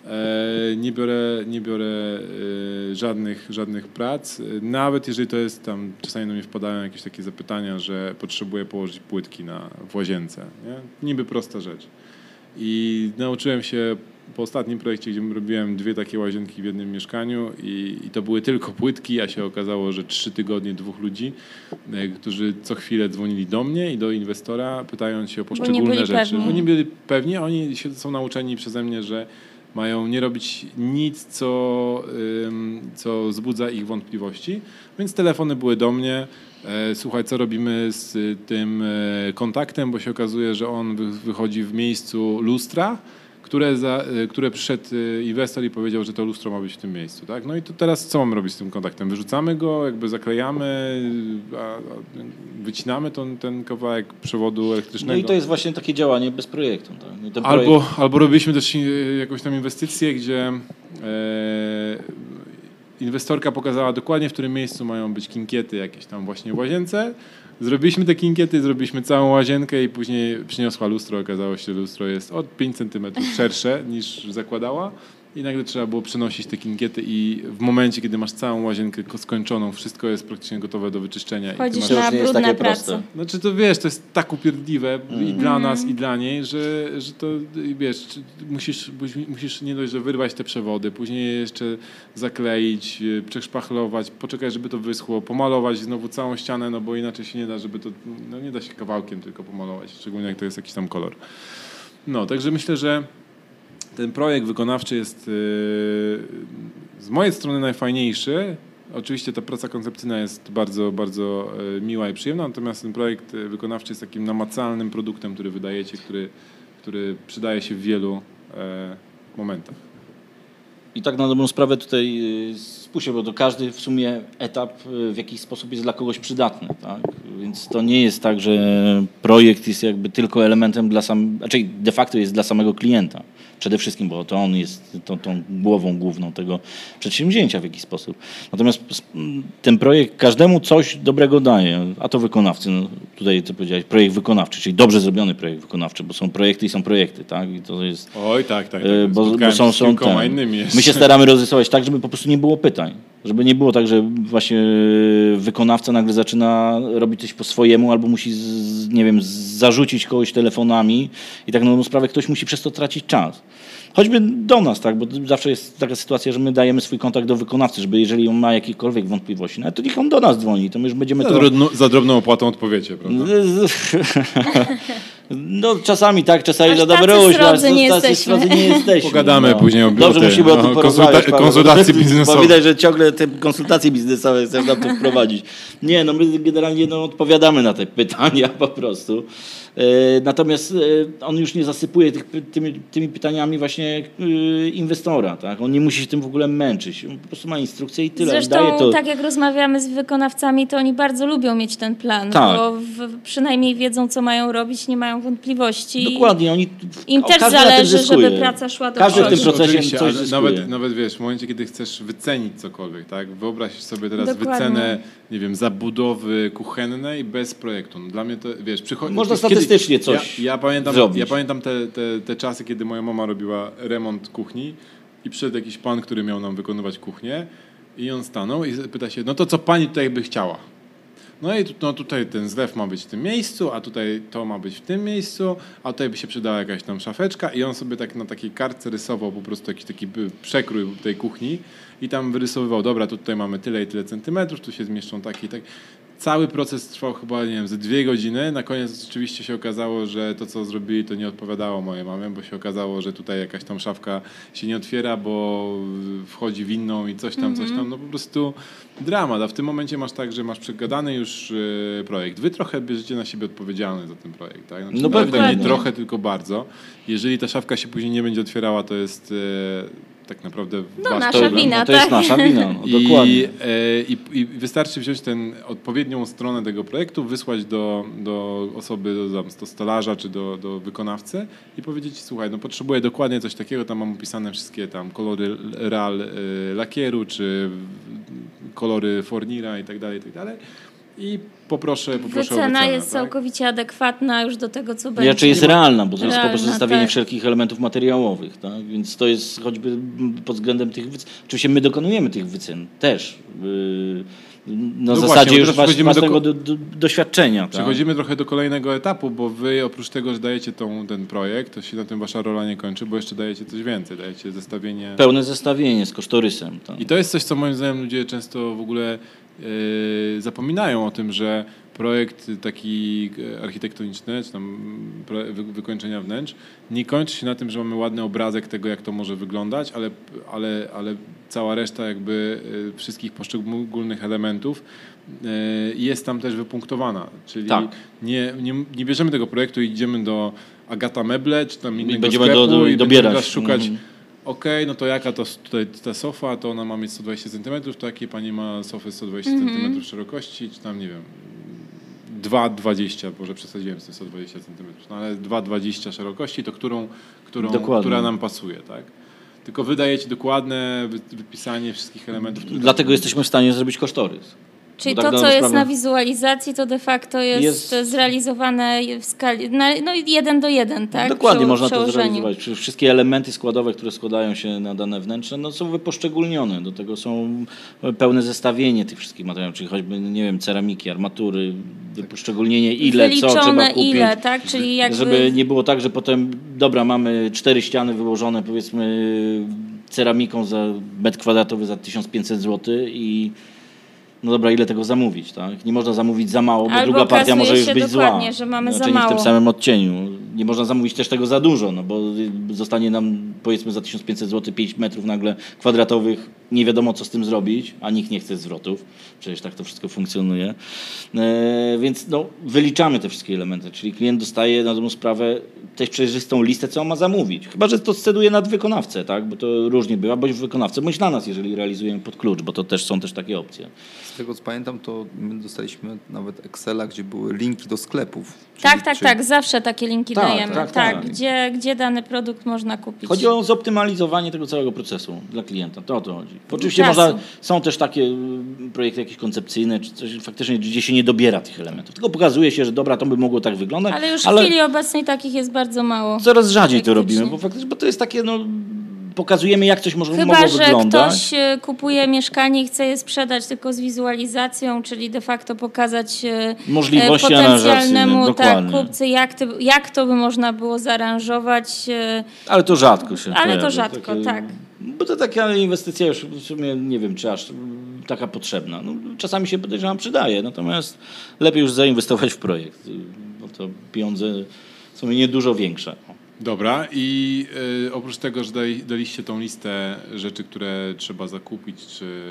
nie biorę żadnych prac, nawet jeżeli to jest tam, czasami do mnie wpadają jakieś takie zapytania, że potrzebuję położyć płytki w łazience. Nie? Niby prosta rzecz. I nauczyłem się po ostatnim projekcie, gdzie robiłem 2 takie łazienki w jednym mieszkaniu i to były tylko płytki, a się okazało, że 3 tygodnie 2 ludzi, którzy co chwilę dzwonili do mnie i do inwestora, pytając się o poszczególne rzeczy. Bo nie byli pewni, oni są nauczeni przeze mnie, że mają nie robić nic, co wzbudza ich wątpliwości, więc telefony były do mnie. Słuchaj, co robimy z tym kontaktem, bo się okazuje, że on wychodzi w miejscu lustra, które przyszedł inwestor i powiedział, że to lustro ma być w tym miejscu. Tak? No i to teraz co mamy robić z tym kontaktem? Wyrzucamy go, jakby zaklejamy, wycinamy ten kawałek przewodu elektrycznego. No i to jest właśnie takie działanie bez projektu. Tak? Albo robiliśmy też jakąś tam inwestycję, gdzie inwestorka pokazała dokładnie, w którym miejscu mają być kinkiety jakieś tam właśnie w łazience. Zrobiliśmy te kinkiety, zrobiliśmy całą łazienkę i później przyniosła lustro. Okazało się, że lustro jest od 5 cm szersze niż zakładała i nagle trzeba było przenosić te kinkiety i w momencie, kiedy masz całą łazienkę skończoną, wszystko jest praktycznie gotowe do wyczyszczenia. Chodzisz na brudne prace. Znaczy to wiesz, to jest tak upierdliwe i dla nas, i dla niej, że to wiesz, musisz nie dość, że wyrwać te przewody, później jeszcze zakleić, przeszpachlować, poczekać, żeby to wyschło, pomalować znowu całą ścianę, no bo inaczej się nie da, żeby to, no nie da się kawałkiem tylko pomalować, szczególnie jak to jest jakiś tam kolor. No, także myślę, że ten projekt wykonawczy jest z mojej strony najfajniejszy. Oczywiście ta praca koncepcyjna jest bardzo, bardzo miła i przyjemna, natomiast ten projekt wykonawczy jest takim namacalnym produktem, który wydajecie, który przydaje się w wielu momentach. I tak na dobrą sprawę tutaj spójrzcie, bo to każdy w sumie etap w jakiś sposób jest dla kogoś przydatny. Tak? Więc to nie jest tak, że projekt jest jakby tylko elementem znaczy de facto jest dla samego klienta. Przede wszystkim, bo to on jest tą głową główną tego przedsięwzięcia w jakiś sposób. Natomiast ten projekt każdemu coś dobrego daje, a to wykonawcy. No, tutaj co powiedziałeś, projekt wykonawczy, czyli dobrze zrobiony projekt wykonawczy, bo są projekty i są projekty, tak? I to jest, Oj, tak. Bo są kilkoma innymi jeszcze. My się staramy rozrysować tak, żeby po prostu nie było pytań. Żeby nie było tak, że właśnie wykonawca nagle zaczyna robić coś po swojemu albo musi, nie wiem, zarzucić kogoś telefonami i tak na dobrą sprawę ktoś musi przez to tracić czas. Choćby do nas, tak, bo zawsze jest taka sytuacja, że my dajemy swój kontakt do wykonawcy, żeby jeżeli on ma jakiekolwiek wątpliwości, no to niech on do nas dzwoni, to my już będziemy za drobną opłatą odpowiecie, prawda? No czasami tak, czasami za dobre srodzy nie jesteśmy. Pogadamy później o Dobrze, musimy o tym porozmawiać. Konsultacje biznesowe. Bo widać, że ciągle te konsultacje biznesowe chcesz nam to wprowadzić. Nie, no my generalnie odpowiadamy na te pytania po prostu. Natomiast on już nie zasypuje tymi pytaniami właśnie inwestora. Tak? On nie musi się tym w ogóle męczyć. On po prostu ma instrukcję i tyle. Zresztą tak jak rozmawiamy z wykonawcami, to oni bardzo lubią mieć ten plan, tak. Bo przynajmniej wiedzą, co mają robić, nie mają wątpliwości. Dokładnie. Im też zależy, żeby praca szła do przodu. Każdy w tym procesie coś zyskuje. Nawet wiesz, w momencie, kiedy chcesz wycenić cokolwiek, tak? Wyobraź sobie teraz wycenę, nie wiem, zabudowy kuchennej bez projektu. No, dla mnie to, wiesz, można statystycznie coś zrobić. Ja pamiętam te czasy, kiedy moja mama robiła remont kuchni i przyszedł jakiś pan, który miał nam wykonywać kuchnię i on stanął i pyta się, no to co pani tutaj by chciała? No i tutaj ten zlew ma być w tym miejscu, a tutaj to ma być w tym miejscu, a tutaj by się przydała jakaś tam szafeczka i on sobie tak na takiej kartce rysował po prostu jakiś taki przekrój tej kuchni i tam wyrysowywał, dobra, tutaj mamy tyle i tyle centymetrów, tu się zmieszczą takie i tak. Cały proces trwał chyba, nie wiem, ze 2 godziny. Na koniec oczywiście się okazało, że to, co zrobili, to nie odpowiadało mojej mamie, bo się okazało, że tutaj jakaś tam szafka się nie otwiera, bo wchodzi w inną i coś tam. No po prostu dramat. A w tym momencie masz tak, że masz przegadany już projekt. Wy trochę bierzecie na siebie odpowiedzialność za ten projekt, tak? Znaczy, no pewnie. Nie trochę, tylko bardzo. Jeżeli ta szafka się później nie będzie otwierała, to jest... tak naprawdę nasza wina, to jest nasza wina, dokładnie. I wystarczy wziąć odpowiednią stronę tego projektu, wysłać do osoby, do stolarza czy do wykonawcy i powiedzieć, słuchaj, no potrzebuję dokładnie coś takiego, tam mam opisane wszystkie tam kolory RAL lakieru, czy kolory fornira i tak dalej. I poproszę wycena jest całkowicie adekwatna już do tego, co będzie. Znaczy jest realna, bo to jest po prostu zestawienie wszelkich elementów materiałowych. Tak? Więc to jest choćby pod względem tych wycen. Oczywiście my dokonujemy tych wycen też. na zasadzie już własnego doświadczenia. Przechodzimy trochę do kolejnego etapu, bo wy oprócz tego, że dajecie ten projekt, to się na tym wasza rola nie kończy, bo jeszcze dajecie coś więcej, dajecie zestawienie. Pełne zestawienie z kosztorysem. I to jest coś, co moim zdaniem ludzie często w ogóle zapominają o tym, że projekt taki architektoniczny, czy tam wykończenia wnętrz, nie kończy się na tym, że mamy ładny obrazek tego, jak to może wyglądać, ale cała reszta jakby wszystkich poszczególnych elementów jest tam też wypunktowana. Czyli nie bierzemy tego projektu i idziemy do Agata Meble, czy tam innego sklepu i będziemy teraz szukać okej, no to jaka to tutaj ta sofa, to ona ma mieć 120 cm, to jakie pani ma sofę 120 cm szerokości, czy tam nie wiem, 2,20, może przesadziłem z tym 120 cm, no ale 2,20 szerokości, to która nam pasuje, tak? Tylko wydajecie dokładne wypisanie wszystkich elementów. Dlatego jesteśmy w stanie zrobić kosztorys. Czyli to, co jest na wizualizacji, to de facto jest zrealizowane w skali 1:1, tak? Dokładnie, można to zrealizować. Wszystkie elementy składowe, które składają się na dane wnętrze, są wyposzczególnione. Do tego są pełne zestawienie tych wszystkich materiałów, czyli choćby, nie wiem, ceramiki, armatury, wyposzczególnienie co trzeba kupić. Ile, tak? Czyli żeby nie było tak, że potem, mamy 4 ściany wyłożone, powiedzmy, ceramiką za metr kwadratowy za 1500 zł i no dobra, ile tego zamówić, tak? Nie można zamówić za mało, bo druga partia może już być zła. Że mamy za nie mało. w tym samym odcieniu. Nie można zamówić też tego za dużo, no bo zostanie nam, powiedzmy, za 1500 zł 5 metrów nagle kwadratowych, nie wiadomo co z tym zrobić, a nikt nie chce zwrotów. Przecież tak to wszystko funkcjonuje. Więc wyliczamy te wszystkie elementy, czyli klient dostaje na dobrą sprawę też przejrzystą listę, co on ma zamówić. Chyba że to sceduje nad wykonawcę, tak? Bo to różnie bywa, bądź wykonawcę, bądź na nas, jeżeli realizujemy pod klucz, bo to też są takie opcje. Z tego co pamiętam, to my dostaliśmy nawet Excela, gdzie były linki do sklepów. Tak, zawsze takie linki dajemy. Tak. Gdzie dany produkt można kupić. Chodzi o zoptymalizowanie tego całego procesu dla klienta. To o to chodzi. Oczywiście są też takie projekty jakieś koncepcyjne, czy coś faktycznie, gdzie się nie dobiera tych elementów. Tylko pokazuje się, że dobra, to by mogło tak wyglądać. Ale już w chwili obecnej takich jest bardzo mało. Coraz rzadziej to robimy, bo to jest takie, pokazujemy, jak coś mogło wyglądać. Chyba, że ktoś kupuje mieszkanie i chce je sprzedać tylko z wizualizacją, czyli de facto pokazać potencjalnemu kupcy, jak to by można było zaaranżować. Ale to rzadko się Ale to rzadko, tak. Bo to taka inwestycja już w sumie nie wiem, czy aż taka potrzebna. Czasami się podejrzewam przydaje, natomiast lepiej już zainwestować w projekt, bo to pieniądze są niedużo większe. Dobra, i oprócz tego, że daliście tą listę rzeczy, które trzeba zakupić, czy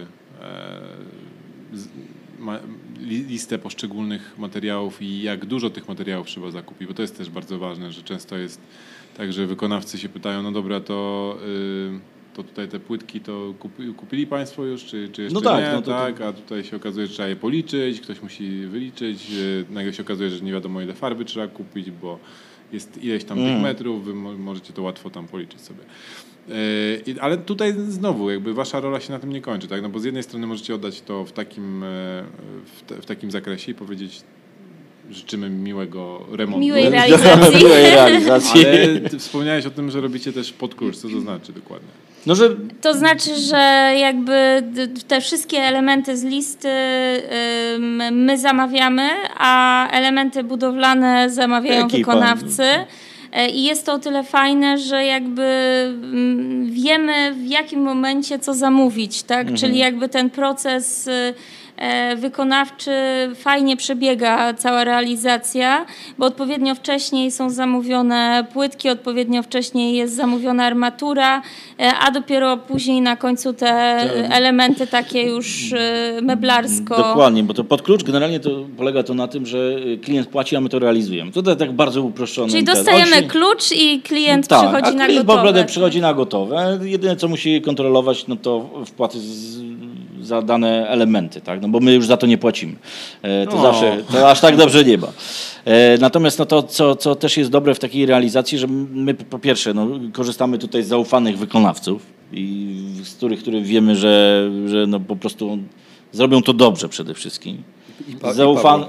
listę poszczególnych materiałów i jak dużo tych materiałów trzeba zakupić, bo to jest też bardzo ważne, że często jest tak, że wykonawcy się pytają, no dobra, to tutaj te płytki to kupili państwo już, czy jeszcze nie? Tak, a tutaj się okazuje, że trzeba je policzyć, ktoś musi wyliczyć, nagle się okazuje, że nie wiadomo ile farby trzeba kupić, bo jest ileś tam tych metrów, wy możecie to łatwo tam policzyć sobie. Ale tutaj znowu jakby wasza rola się na tym nie kończy, tak? No bo z jednej strony możecie oddać to w takim zakresie i powiedzieć, życzymy miłego remontu. Miłej realizacji. Ale ty wspomniałeś o tym, że robicie też pod klucz. Co to znaczy dokładnie? To znaczy, że jakby te wszystkie elementy z listy my zamawiamy, a elementy budowlane zamawiają wykonawcy. I jest to o tyle fajne, że jakby wiemy w jakim momencie co zamówić, tak? Czyli jakby ten proces wykonawczy fajnie przebiega cała realizacja, bo odpowiednio wcześniej są zamówione płytki, odpowiednio wcześniej jest zamówiona armatura, a dopiero później na końcu te elementy takie już meblarsko. Dokładnie, bo to pod klucz generalnie to polega to na tym, że klient płaci, a my to realizujemy. To tak bardzo uproszczone. Czyli dostajemy klucz i klient przychodzi na gotowe. Przychodzi na gotowe. Jedyne co musi kontrolować, to wpłaty za dane elementy, tak? Bo my już za to nie płacimy. To aż tak dobrze nie ma. Natomiast to, co też jest dobre w takiej realizacji, że my po pierwsze korzystamy tutaj z zaufanych wykonawców, z których wiemy, że po prostu zrobią to dobrze przede wszystkim. zaufany.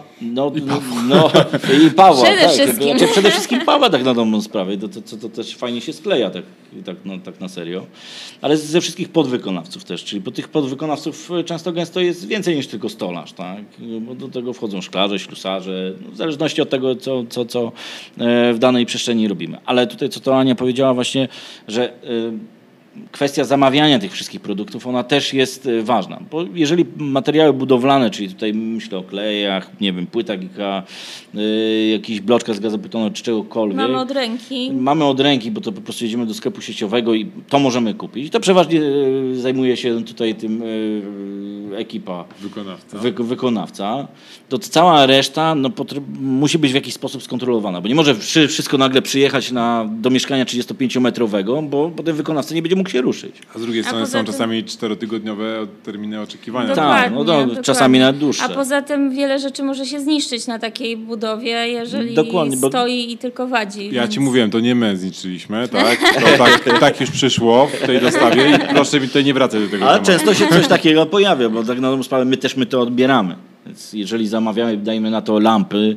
I Pawła. Przede wszystkim. Przede wszystkim Pawła, tak na dobrą sprawę. To też fajnie się skleja, tak na serio. Ale ze wszystkich podwykonawców też. Czyli po tych podwykonawców często gęsto jest więcej niż tylko stolarz. Tak? Bo do tego wchodzą szklarze, ślusarze, w zależności od tego, co w danej przestrzeni robimy. Ale tutaj, co to Ania powiedziała właśnie, że kwestia zamawiania tych wszystkich produktów, ona też jest ważna, bo jeżeli materiały budowlane, czyli tutaj myślę o klejach, nie wiem, płytach Giga, jakiś bloczka z gazobetonu czy czegokolwiek. Mamy od ręki, bo to po prostu jedziemy do sklepu sieciowego i to możemy kupić. To przeważnie zajmuje się tutaj tym ekipa. Wykonawca. To cała reszta musi być w jakiś sposób skontrolowana, bo nie może wszystko nagle przyjechać do mieszkania 35-metrowego, bo potem wykonawca nie będzie mógł się ruszyć. A z drugiej strony są czasami 4-tygodniowe terminy oczekiwania. Tak, czasami nawet dłuższe. A poza tym wiele rzeczy może się zniszczyć na takiej budowie, jeżeli stoi i tylko wadzi. Ja ci mówiłem, to nie my zniszczyliśmy, tak? To tak już przyszło w tej dostawie i proszę mi tutaj nie wracać do tego Ale tematu. często się coś takiego pojawia, bo tak na dobrą sprawę my to odbieramy. Więc jeżeli zamawiamy, dajmy na to lampy,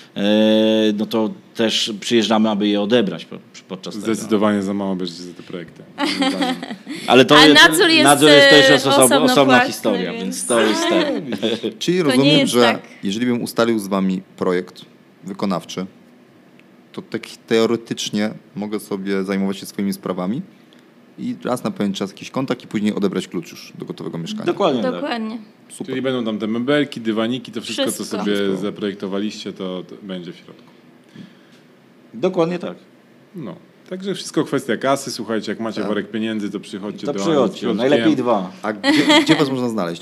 no to też przyjeżdżamy, aby je odebrać podczas tego. Zdecydowanie za mało bierzecie za te projekty. Ale nadzór jest też osobna historia, więc to jest tak. Czyli rozumiem, że jeżeli bym ustalił z wami projekt wykonawczy, to tak teoretycznie mogę sobie zajmować się swoimi sprawami i raz na pewien czas jakiś kontakt i później odebrać klucz już do gotowego mieszkania. Dokładnie. Super. Czyli będą tam te mebelki, dywaniki, to wszystko, co sobie zaprojektowaliście, to będzie w środku. Dokładnie tak. No. Także wszystko kwestia kasy. Słuchajcie, jak macie worek pieniędzy, to przychodźcie do najlepiej 2. A gdzie was można znaleźć?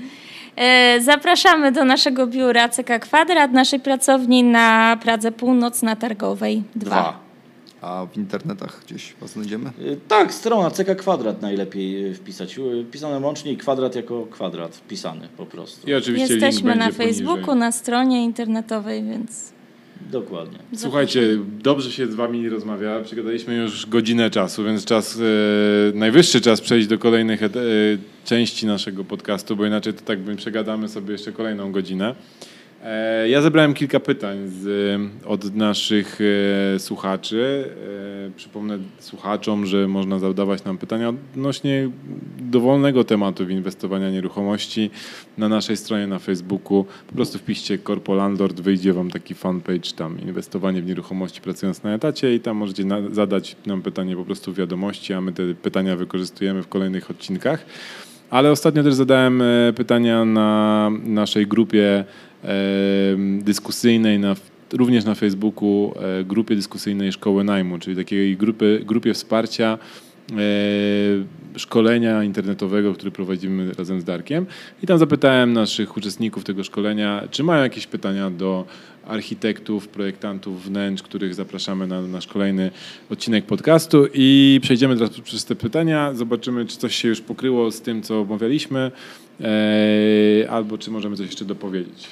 Zapraszamy do naszego biura CK Kwadrat, naszej pracowni na Pradze Północ na Targowej 2. A w internetach gdzieś was znajdziemy? Tak, strona CK Kwadrat najlepiej wpisać. Pisane łącznie i kwadrat jako kwadrat wpisany po prostu. I oczywiście jesteśmy link na będzie Facebooku, poniżej. na stronie internetowej, więc... Dokładnie. Słuchajcie, dobrze się z wami rozmawia. Przegadaliśmy już godzinę czasu, więc najwyższy czas przejść do kolejnych części naszego podcastu, bo inaczej to tak przegadamy sobie jeszcze kolejną godzinę. Ja zebrałem kilka pytań od naszych słuchaczy. Przypomnę słuchaczom, że można zadawać nam pytania odnośnie dowolnego tematu w inwestowania nieruchomości na naszej stronie na Facebooku. Po prostu wpiszcie Corpo Landlord, wyjdzie wam taki fanpage tam inwestowanie w nieruchomości pracując na etacie i tam możecie zadać nam pytanie po prostu w wiadomości, a my te pytania wykorzystujemy w kolejnych odcinkach. Ale ostatnio też zadałem pytania na naszej grupie dyskusyjnej, również na Facebooku, grupie dyskusyjnej Szkoły Najmu, czyli takiej grupie wsparcia szkolenia internetowego, które prowadzimy razem z Darkiem. I tam zapytałem naszych uczestników tego szkolenia, czy mają jakieś pytania do architektów, projektantów wnętrz, których zapraszamy na nasz kolejny odcinek podcastu i przejdziemy teraz przez te pytania, zobaczymy, czy coś się już pokryło z tym, co omawialiśmy, albo czy możemy coś jeszcze dopowiedzieć.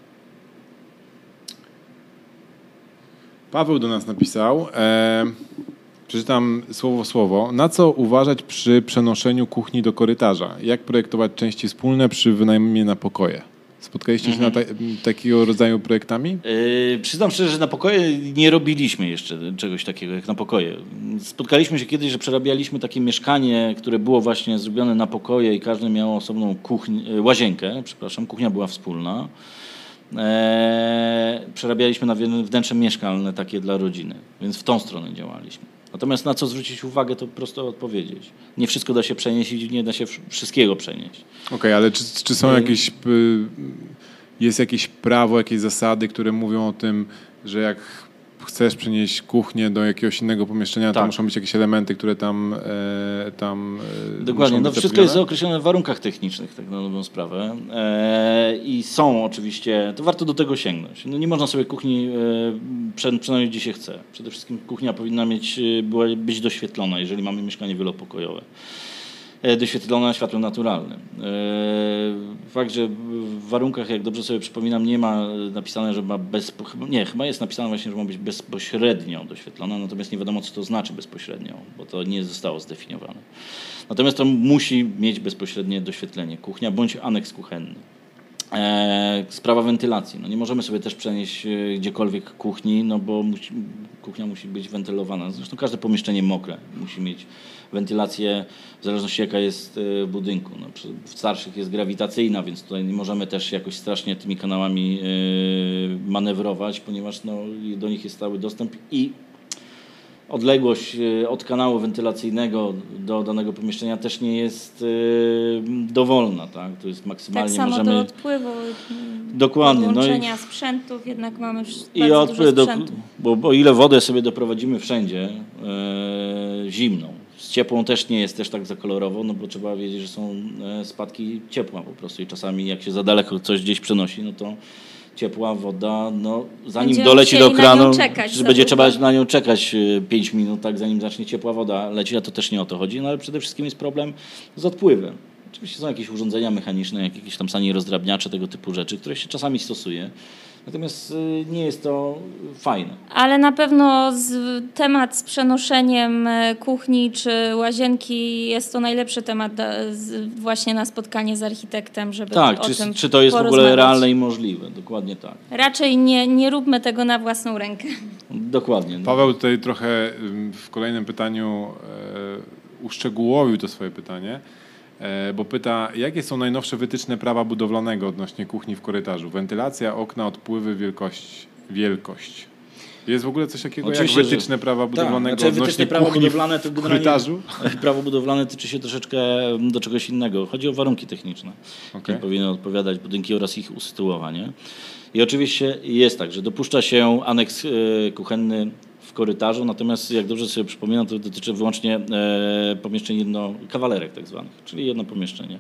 Paweł do nas napisał, przeczytam słowo w słowo. Na co uważać przy przenoszeniu kuchni do korytarza? Jak projektować części wspólne przy wynajmie na pokoje? Spotkaliście się na takiego rodzaju projektami? Przyznam szczerze, że na pokoje nie robiliśmy jeszcze czegoś takiego jak na pokoje. Spotkaliśmy się kiedyś, że przerabialiśmy takie mieszkanie, które było właśnie zrobione na pokoje i każdy miał osobną łazienkę, kuchnia była wspólna. Przerabialiśmy na wnętrze mieszkalne takie dla rodziny, więc w tą stronę działaliśmy. Natomiast na co zwrócić uwagę, to prosto odpowiedzieć. Nie wszystko da się przenieść i nie da się wszystkiego przenieść. Okej, ale czy są jest jakieś prawo, jakieś zasady, które mówią o tym, że jak chcesz przenieść kuchnię do jakiegoś innego pomieszczenia, to muszą być jakieś elementy, które tam dokładnie, wszystko jest określone w warunkach technicznych, tak na dobrą sprawę. I są oczywiście, to warto do tego sięgnąć. Nie można sobie kuchni przynajmniej gdzie się chce. Przede wszystkim kuchnia powinna być doświetlona, jeżeli mamy mieszkanie wielopokojowe. Doświetlona światłem naturalnym. Fakt, że w warunkach, jak dobrze sobie przypominam, nie ma napisane, że ma chyba jest napisane właśnie, że ma być bezpośrednio doświetlona, natomiast nie wiadomo, co to znaczy bezpośrednio, bo to nie zostało zdefiniowane. Natomiast to musi mieć bezpośrednie doświetlenie kuchnia bądź aneks kuchenny. Sprawa wentylacji. No nie możemy sobie też przenieść gdziekolwiek kuchni, no bo kuchnia musi być wentylowana. Zresztą każde pomieszczenie mokre musi mieć wentylację, w zależności jaka jest w budynku. No, w starszych jest grawitacyjna, więc tutaj nie możemy też jakoś strasznie tymi kanałami manewrować, ponieważ no, do nich jest stały dostęp i odległość od kanału wentylacyjnego do danego pomieszczenia też nie jest dowolna, tak? To jest maksymalnie tak samo możemy... do odpływu, dokładnie, podłączenia sprzętów, jednak mamy i bardzo dużo sprzętu. Bo ile wodę sobie doprowadzimy wszędzie, zimną, z ciepłą też nie jest też tak za kolorowo, no bo trzeba wiedzieć, że są spadki ciepła po prostu i czasami jak się za daleko coś gdzieś przenosi, no to ciepła woda, no zanim Będziemy doleci do kranu, że będzie trzeba na nią czekać 5 minut, tak, zanim zacznie ciepła woda lecieć, a to też nie o to chodzi, no ale przede wszystkim jest problem z odpływem. Oczywiście są jakieś urządzenia mechaniczne, jakieś tam sanie rozdrabniacze, tego typu rzeczy, które się czasami stosuje, natomiast nie jest to fajne. Ale na pewno temat z przenoszeniem kuchni czy łazienki jest to najlepszy temat właśnie na spotkanie z architektem, żeby tak, o tym czy to jest w ogóle realne i możliwe, dokładnie tak. Raczej nie róbmy tego na własną rękę. Dokładnie. Paweł tutaj trochę w kolejnym pytaniu uszczegółowił to swoje pytanie, bo pyta, jakie są najnowsze wytyczne prawa budowlanego odnośnie kuchni w korytarzu? Wentylacja, okna, odpływy, wielkość. Jest w ogóle coś takiego oczywiście, jak wytyczne prawa budowlanego odnośnie wytyczne prawa kuchni budowlane to w korytarzu? Prawo budowlane tyczy się troszeczkę do czegoś innego. Chodzi o warunki techniczne, jakim powinny odpowiadać budynki oraz ich usytuowanie. I oczywiście jest tak, że dopuszcza się aneks kuchenny w korytarzu, natomiast jak dobrze sobie przypominam, to dotyczy wyłącznie pomieszczeń kawalerek tak zwanych, czyli jedno pomieszczenie.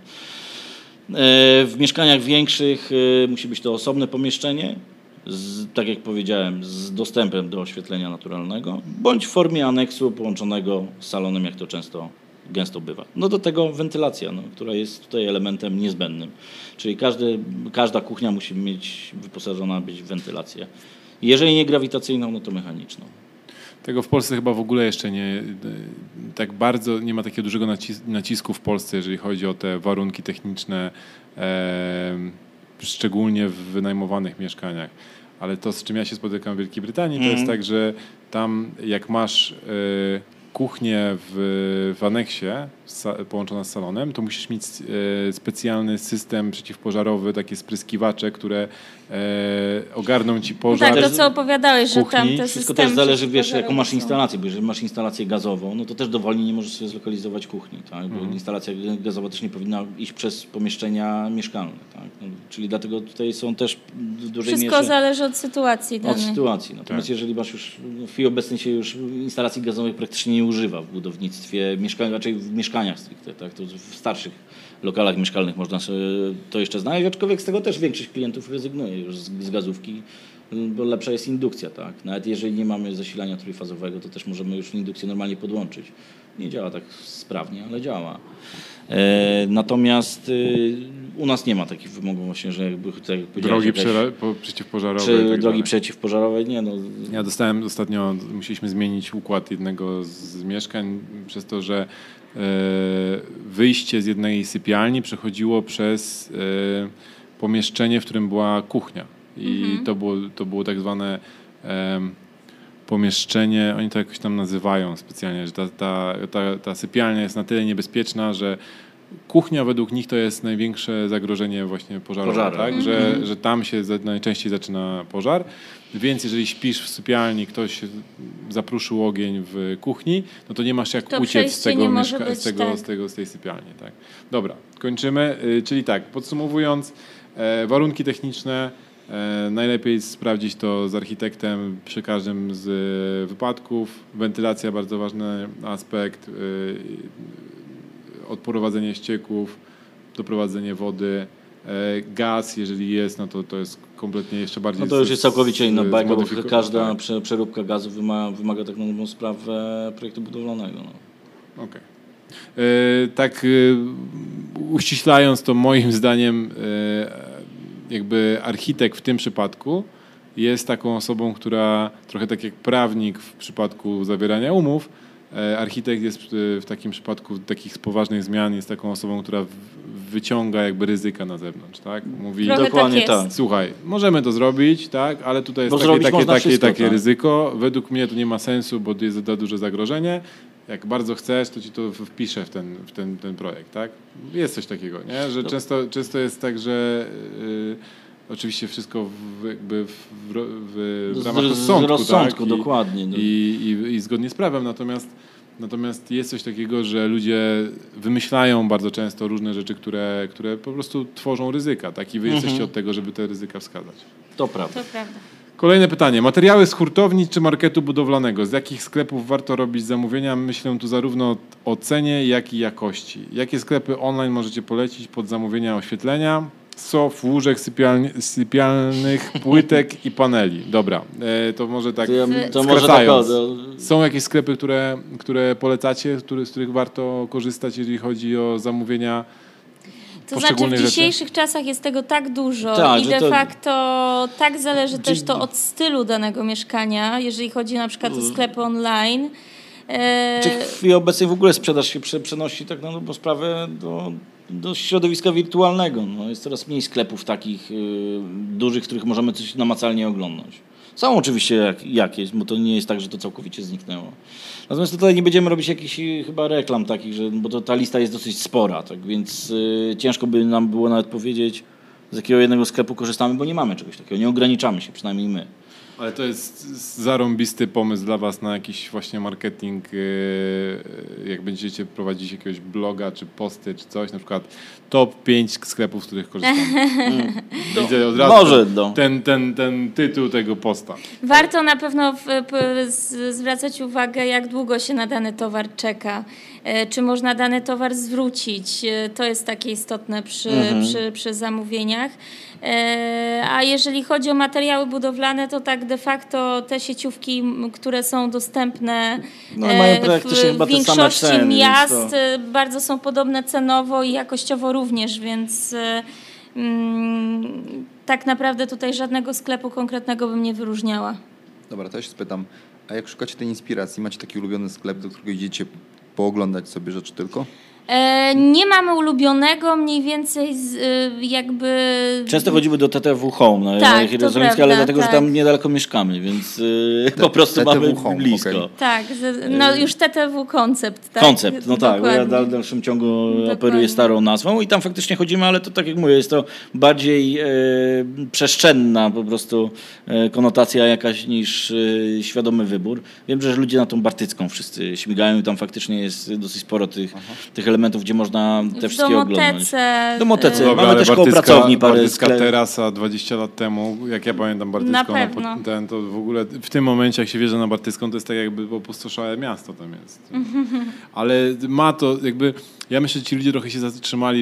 W mieszkaniach większych musi być to osobne pomieszczenie, tak jak powiedziałem, z dostępem do oświetlenia naturalnego, bądź w formie aneksu połączonego z salonem, jak to gęsto bywa. No do tego wentylacja, która jest tutaj elementem niezbędnym. Czyli każda kuchnia musi wyposażona być w wentylację. Jeżeli nie grawitacyjną, no to mechaniczną. Tego w Polsce chyba w ogóle jeszcze nie tak bardzo nie ma takiego dużego nacisku w Polsce, jeżeli chodzi o te warunki techniczne, szczególnie w wynajmowanych mieszkaniach. Ale to, z czym ja się spotykam w Wielkiej Brytanii, to jest tak, że tam jak masz kuchnię w aneksie połączona z salonem, to musisz mieć specjalny system przeciwpożarowy, takie spryskiwacze, które ogarną ci pożar. Tak, to co opowiadałeś, że tam te wszystko też zależy, wiesz, jaką masz instalację, bo jeżeli masz instalację gazową, no to też dowolnie nie możesz sobie zlokalizować kuchni, tak? Bo instalacja gazowa też nie powinna iść przez pomieszczenia mieszkalne, tak? No, czyli dlatego tutaj są też w dużej mierze... Wszystko zależy od sytuacji danej. Od sytuacji. Natomiast jeżeli masz już, w chwili obecnej się już instalacji gazowych praktycznie nie używa w budownictwie, raczej w mieszkaniach stricte, tak? To w starszych lokalach mieszkalnych można sobie to jeszcze znaleźć, aczkolwiek z tego też większość klientów rezygnuje już z gazówki, bo lepsza jest indukcja, tak? Nawet jeżeli nie mamy zasilania trójfazowego, to też możemy już indukcję normalnie podłączyć. Nie działa tak sprawnie, ale działa. Natomiast u nas nie ma takich wymogów właśnie, że jakby tak drogi przeciwpożarowe. Czy tak drogi przeciwpożarowe, nie no. Ja dostałem ostatnio, musieliśmy zmienić układ jednego z mieszkań przez to, że wyjście z jednej sypialni przechodziło przez pomieszczenie, w którym była kuchnia. I to było tak zwane pomieszczenie, oni to jakoś tam nazywają specjalnie, że ta sypialnia jest na tyle niebezpieczna, że kuchnia według nich to jest największe zagrożenie właśnie pożarowe, tak? Że tam się najczęściej zaczyna pożar, więc jeżeli śpisz w sypialni, ktoś zapruszył ogień w kuchni, no to nie masz jak to uciec z tej sypialni. Tak? Dobra, kończymy. Czyli tak, podsumowując, warunki techniczne, najlepiej sprawdzić to z architektem przy każdym z wypadków. Wentylacja, bardzo ważny aspekt. Odprowadzenie ścieków, doprowadzenie wody. Gaz, jeżeli jest, no to jest kompletnie jeszcze bardziej... No to już jest całkowicie inna bajka, bo każda przeróbka gazu wymaga tak na dobrą sprawę projektu budowlanego. No. Okej. Tak uściślając to, moim zdaniem jakby architekt w tym przypadku jest taką osobą, która trochę tak jak prawnik w przypadku zawierania umów, architekt jest w takim przypadku takich poważnych zmian jest taką osobą, która wyciąga jakby ryzyka na zewnątrz, tak? Mówi, Trochę dokładnie tak. słuchaj, możemy to zrobić, tak, ale tutaj jest takie ryzyko. Według mnie to nie ma sensu, bo to jest za duże zagrożenie. Jak bardzo chcesz, to ci to wpiszę w ten projekt, tak? Jest coś takiego, nie? Że często jest tak, że oczywiście wszystko w ramach rozsądku, tak? dokładnie. I zgodnie z prawem, natomiast jest coś takiego, że ludzie wymyślają bardzo często różne rzeczy, które po prostu tworzą ryzyka, tak? I wy jesteście od tego, żeby te ryzyka wskazać. To prawda. Kolejne pytanie. Materiały z hurtowni czy marketu budowlanego? Z jakich sklepów warto robić zamówienia? Myślę tu zarówno o cenie, jak i jakości. Jakie sklepy online możecie polecić pod zamówienia oświetlenia? Sof, łóżek sypialnych, płytek i paneli. Dobra, to może tak skracając. Są jakieś sklepy, które polecacie, z których warto korzystać, jeżeli chodzi o zamówienia? To znaczy w dzisiejszych czasach jest tego tak dużo i de facto tak zależy też to od stylu danego mieszkania, jeżeli chodzi na przykład o sklepy online. Czy w chwili obecnej w ogóle sprzedaż się przenosi tak na dobrą sprawę do środowiska wirtualnego. No, jest coraz mniej sklepów takich dużych, w których możemy coś namacalnie oglądać. Są oczywiście jakieś, bo to nie jest tak, że to całkowicie zniknęło. Natomiast tutaj nie będziemy robić jakichś chyba reklam takich, bo ta lista jest dosyć spora, tak więc ciężko by nam było nawet powiedzieć, z jakiego jednego sklepu korzystamy, bo nie mamy czegoś takiego, nie ograniczamy się, przynajmniej my. Ale to jest zarąbisty pomysł dla was na jakiś właśnie marketing, jak będziecie prowadzić jakiegoś bloga, czy posty, czy coś, na przykład top 5 sklepów, z których korzystamy. Widzę od razu ten tytuł tego posta. Warto na pewno zwracać uwagę, jak długo się na dany towar czeka. Czy można dany towar zwrócić. To jest takie istotne przy zamówieniach. A jeżeli chodzi o materiały budowlane, to tak de facto te sieciówki, które są dostępne w większości miast, bardzo są podobne cenowo i jakościowo również, więc tak naprawdę tutaj żadnego sklepu konkretnego bym nie wyróżniała. Dobra, to ja się spytam, a jak szukacie tej inspiracji, macie taki ulubiony sklep, do którego idziecie pooglądać sobie rzeczy tylko? Nie mamy ulubionego, mniej więcej jakby... Często chodzimy do TTW Home, tak, ale dlatego, że tam niedaleko mieszkamy, więc po prostu mamy blisko. Okay. Tak, już TTW Koncept. Tak? Koncept, no tak, bo ja w dalszym ciągu operuję starą nazwą i tam faktycznie chodzimy, ale to tak jak mówię, jest to bardziej przestrzenna po prostu konotacja jakaś niż świadomy wybór. Wiem, że ludzie na tą Bartycką wszyscy śmigają i tam faktycznie jest dosyć sporo tych elementów, gdzie można te wszystkie oglądać. W Domotece. Dobra, mamy też koło pracowni parę Bartycka terasa 20 lat temu, jak ja pamiętam Bartycką, na pewno. To w ogóle w tym momencie, jak się wjeżdża na Bartycką, to jest tak jakby opustoszałe miasto tam jest. Ale ma to jakby, ja myślę, że ci ludzie trochę się zatrzymali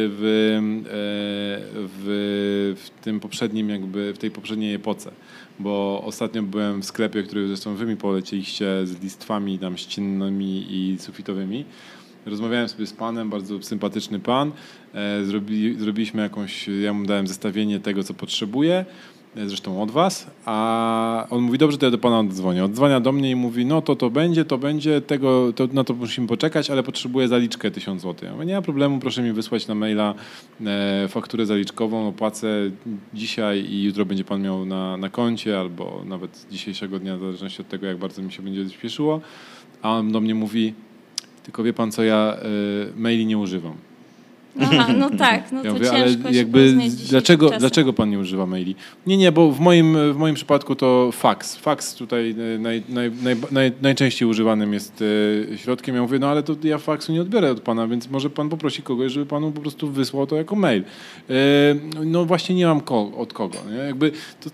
w tym poprzednim jakby, w tej poprzedniej epoce. Bo ostatnio byłem w sklepie, który zresztą wy mi polecieliście z listwami tam ściennymi i sufitowymi. Rozmawiałem sobie z panem, bardzo sympatyczny pan. Zrobiliśmy ja mu dałem zestawienie tego, co potrzebuje, zresztą od was, a on mówi, dobrze, to ja do pana oddzwonię. Odzwania do mnie i mówi, no to będzie, na to musimy poczekać, ale potrzebuję zaliczkę 1000 zł. Ja mówię, nie ma problemu, proszę mi wysłać na maila fakturę zaliczkową, opłacę dzisiaj i jutro będzie pan miał na koncie, albo nawet dzisiejszego dnia, w zależności od tego, jak bardzo mi się będzie śpieszyło. A on do mnie mówi, tylko wie pan co, ja maili nie używam. Aha, no tak, no ja to mówię, ciężko ale się jakby dlaczego pan nie używa maili? Nie, bo w moim przypadku to fax. Fax tutaj najczęściej używanym jest środkiem. Ja mówię, no ale to ja faksu nie odbiorę od pana, więc może pan poprosi kogoś, żeby panu po prostu wysłał to jako mail. No właśnie nie mam od kogo. Nie? Jakby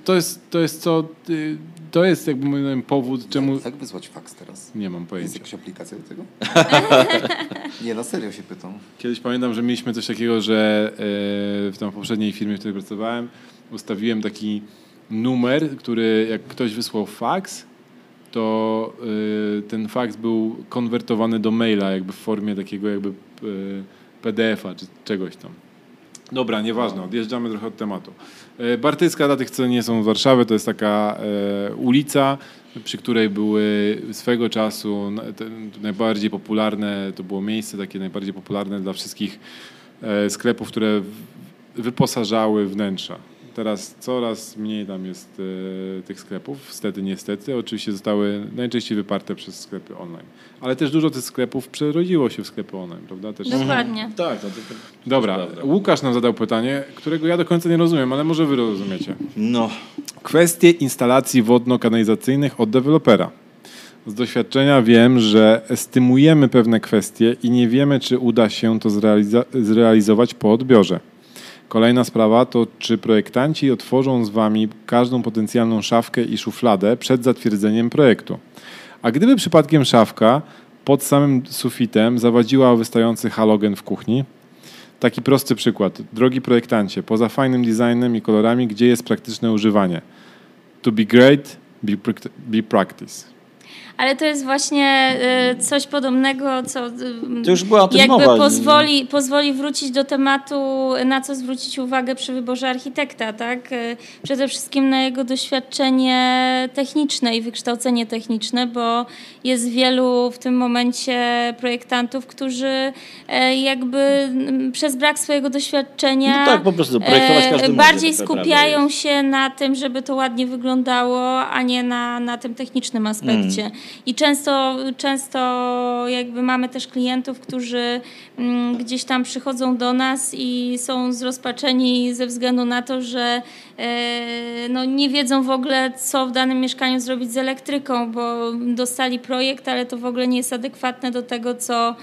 to jest jakby mój powód, czemu... Jak wysłać faks teraz? Nie mam pojęcia. Jest jakaś aplikacja do tego? Nie, na serio się pytam. Kiedyś pamiętam, że mieliśmy coś takiego, że w tam poprzedniej firmie, w której pracowałem, ustawiłem taki numer, który jak ktoś wysłał faks, to ten faks był konwertowany do maila jakby w formie takiego jakby PDF-a czy czegoś tam. Dobra, nieważne, odjeżdżamy trochę od tematu. Bartycka, dla tych, co nie są z Warszawy, to jest taka ulica, przy której były swego czasu najbardziej popularne, to było miejsce takie najbardziej popularne dla wszystkich sklepów, które wyposażały wnętrza. Teraz coraz mniej tam jest tych sklepów, niestety. Oczywiście zostały najczęściej wyparte przez sklepy online. Ale też dużo tych sklepów przerodziło się w sklepy online, prawda? Też... Dokładnie. Tak. Dobra, Łukasz nam zadał pytanie, którego ja do końca nie rozumiem, ale może wy rozumiecie. No. Kwestie instalacji wodno-kanalizacyjnych od dewelopera. Z doświadczenia wiem, że estymujemy pewne kwestie i nie wiemy, czy uda się to zrealizować po odbiorze. Kolejna sprawa to, czy projektanci otworzą z wami każdą potencjalną szafkę i szufladę przed zatwierdzeniem projektu. A gdyby przypadkiem szafka pod samym sufitem zawadziła wystający halogen w kuchni? Taki prosty przykład. Drogi projektancie, poza fajnym designem i kolorami, gdzie jest praktyczne używanie? To be great, be practice. Ale to jest właśnie coś podobnego, co to już była o tym jakby mowa. pozwoli wrócić do tematu, na co zwrócić uwagę przy wyborze architekta, tak? Przede wszystkim na jego doświadczenie techniczne i wykształcenie techniczne, bo jest wielu w tym momencie projektantów, którzy jakby przez brak swojego doświadczenia no tak, po prostu projektować każdy bardziej może, skupiają się na tym, żeby to ładnie wyglądało, a nie na tym technicznym aspekcie. I często jakby mamy też klientów, którzy gdzieś tam przychodzą do nas i są zrozpaczeni ze względu na to, że no nie wiedzą w ogóle, co w danym mieszkaniu zrobić z elektryką, bo dostali projekt, ale to w ogóle nie jest adekwatne do tego, co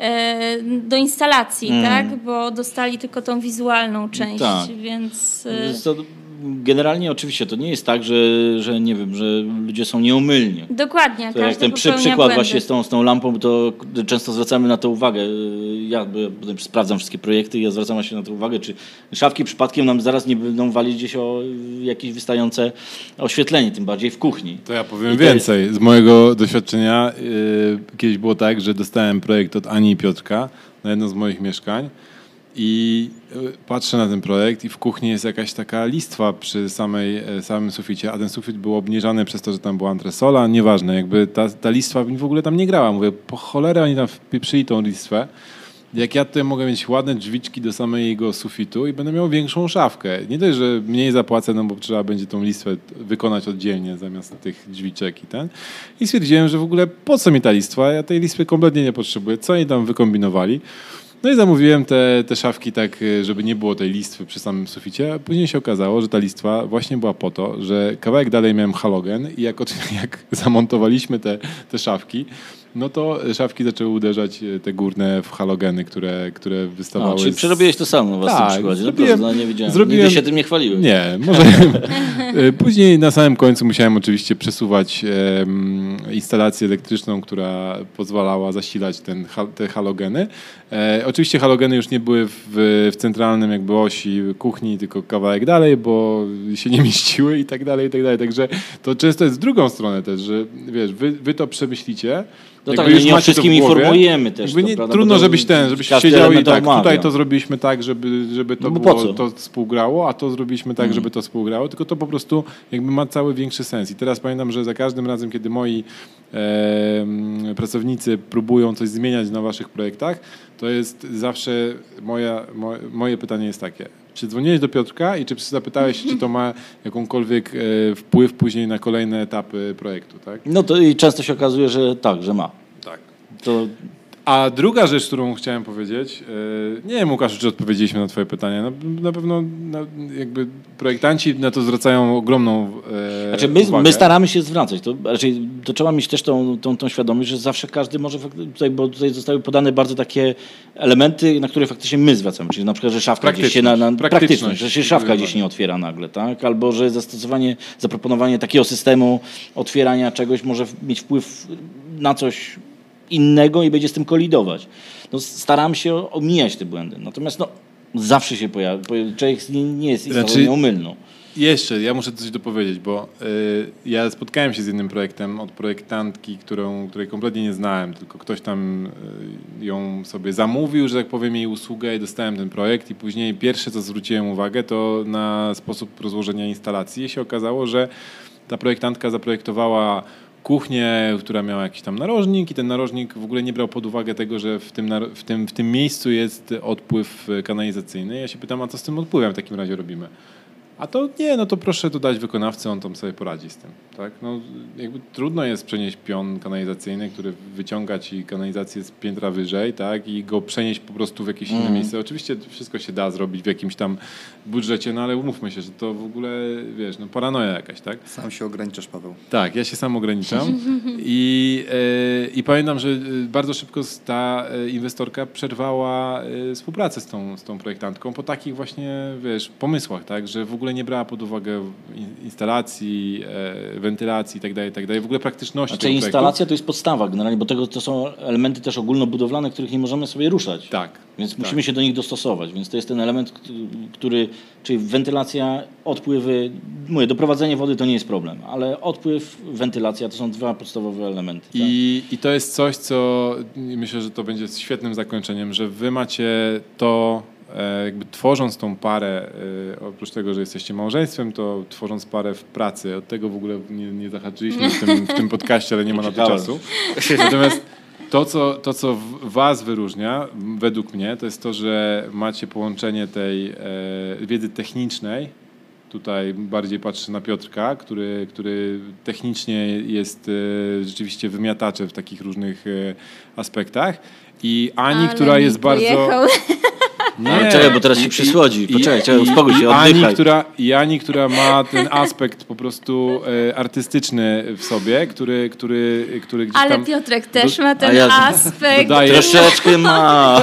do instalacji, tak? Bo dostali tylko tą wizualną część, więc... Generalnie oczywiście to nie jest tak, że nie wiem, że ludzie są nieomylni. Dokładnie. To jak ten przykład błędy. właśnie z tą lampą, to często zwracamy na to uwagę. Ja potem sprawdzam wszystkie projekty i ja zwracam się na to uwagę, czy szafki przypadkiem nam zaraz nie będą walić gdzieś o jakieś wystające oświetlenie, tym bardziej w kuchni. To ja powiem więcej. Z mojego doświadczenia kiedyś było tak, że dostałem projekt od Ani i Piotrka na jedno z moich mieszkań. I patrzę na ten projekt i w kuchni jest jakaś taka listwa przy samym suficie, a ten sufit był obniżany przez to, że tam była antresola, nieważne, jakby ta listwa w ogóle tam nie grała. Mówię, po cholerę oni tam wpieprzyli tą listwę. Jak ja tutaj mogę mieć ładne drzwiczki do samego sufitu i będę miał większą szafkę. Nie dość, że mniej zapłacę, no bo trzeba będzie tą listwę wykonać oddzielnie zamiast tych drzwiczek i ten. I stwierdziłem, że w ogóle po co mi ta listwa? Ja tej listwy kompletnie nie potrzebuję. Co oni tam wykombinowali? No i zamówiłem te szafki tak, żeby nie było tej listwy przy samym suficie, a później się okazało, że ta listwa właśnie była po to, że kawałek dalej miałem halogen i jak zamontowaliśmy te szafki, no to szafki zaczęły uderzać te górne w halogeny, które wystawały. Czyli przerobiłeś to samo w tym przykładzie. No nie wiedziałem. Nigdy się tym nie chwaliłem. Nie, może. Później na samym końcu musiałem oczywiście przesuwać instalację elektryczną, która pozwalała zasilać te halogeny. Oczywiście halogeny już nie były w centralnym jakby osi kuchni, tylko kawałek dalej, bo się nie mieściły i tak dalej, i tak dalej. Także to często jest w drugą stronę też, że wiesz, wy to przemyślicie. No tak, już nie wszystkim informujemy też. Trudno, żebyś siedział i tak, tutaj to zrobiliśmy tak, żeby to to współgrało, a to zrobiliśmy tak, żeby to współgrało, tylko to po prostu jakby ma cały większy sens. I teraz pamiętam, że za każdym razem, kiedy moi pracownicy próbują coś zmieniać na waszych projektach, to jest zawsze moje pytanie jest takie. Czy dzwoniłeś do Piotrka i czy zapytałeś się, czy to ma jakąkolwiek wpływ później na kolejne etapy projektu, tak? No to i często się okazuje, że tak, że ma. Tak. A druga rzecz, którą chciałem powiedzieć, nie wiem, Łukaszu, czy odpowiedzieliśmy na twoje pytanie. Na pewno jakby projektanci na to zwracają ogromną uwagę. My staramy się zwracać. To trzeba mieć też tą świadomość, że zawsze każdy może, bo tutaj zostały podane bardzo takie elementy, na które faktycznie my zwracamy. Czyli na przykład, że szafka gdzieś się praktyczność, że się szafka gdzieś nie otwiera nagle, tak? Albo że zaproponowanie takiego systemu otwierania czegoś może mieć wpływ na coś innego i będzie z tym kolidować. No, staram się omijać te błędy. Natomiast zawsze się pojawia. Człowiek nie jest istotą nieomylną. Jeszcze, ja muszę coś dopowiedzieć, bo ja spotkałem się z jednym projektem od projektantki, której kompletnie nie znałem, tylko ktoś tam ją sobie zamówił, że tak powiem, jej usługę i dostałem ten projekt i później pierwsze, co zwróciłem uwagę, to na sposób rozłożenia instalacji. I się okazało, że ta projektantka zaprojektowała kuchnię, która miała jakiś tam narożnik i ten narożnik w ogóle nie brał pod uwagę tego, że w tym miejscu jest odpływ kanalizacyjny. Ja się pytam, a co z tym odpływem w takim razie robimy? A to nie, no to proszę to dać wykonawcy, on tam sobie poradzi z tym. Tak? No, jakby trudno jest przenieść pion kanalizacyjny, który wyciąga ci kanalizację z piętra wyżej, tak? I go przenieść po prostu w jakieś inne miejsce. Oczywiście wszystko się da zrobić w jakimś tam budżecie, no ale umówmy się, że to w ogóle, wiesz, no paranoja jakaś, tak? Sam się ograniczasz, Paweł. Tak, ja się sam ograniczam i pamiętam, że bardzo szybko ta inwestorka przerwała współpracę z tą projektantką po takich właśnie, wiesz, pomysłach, tak? Że w ogóle nie brała pod uwagę instalacji, wentylacji itd. W ogóle praktyczności. Znaczy instalacja to jest podstawa generalnie, bo to są elementy też ogólnobudowlane, których nie możemy sobie ruszać. Tak. Więc musimy się do nich dostosować. Więc to jest ten element, czyli wentylacja, odpływy, doprowadzenie wody to nie jest problem, ale odpływ, wentylacja to są dwa podstawowe elementy. I to jest coś, co myślę, że to będzie świetnym zakończeniem, że wy macie to jakby tworząc tą parę, oprócz tego, że jesteście małżeństwem, to tworząc parę w pracy, od tego w ogóle nie zahaczyliśmy w tym podcaście, ale nie ma na to czasu. Natomiast to, co was wyróżnia, według mnie, to jest to, że macie połączenie tej wiedzy technicznej. Tutaj bardziej patrzę na Piotrka, który technicznie jest rzeczywiście wymiataczem w takich różnych aspektach. I Ani, która jest bardzo... Nie, czekaj, bo teraz się przysłodzi. Poczekaj, uspokój się, oddychaj. Ani, która ma ten aspekt po prostu artystyczny w sobie, który gdzieś ale tam... Piotrek też ma ten aspekt. Troszeczkę ma.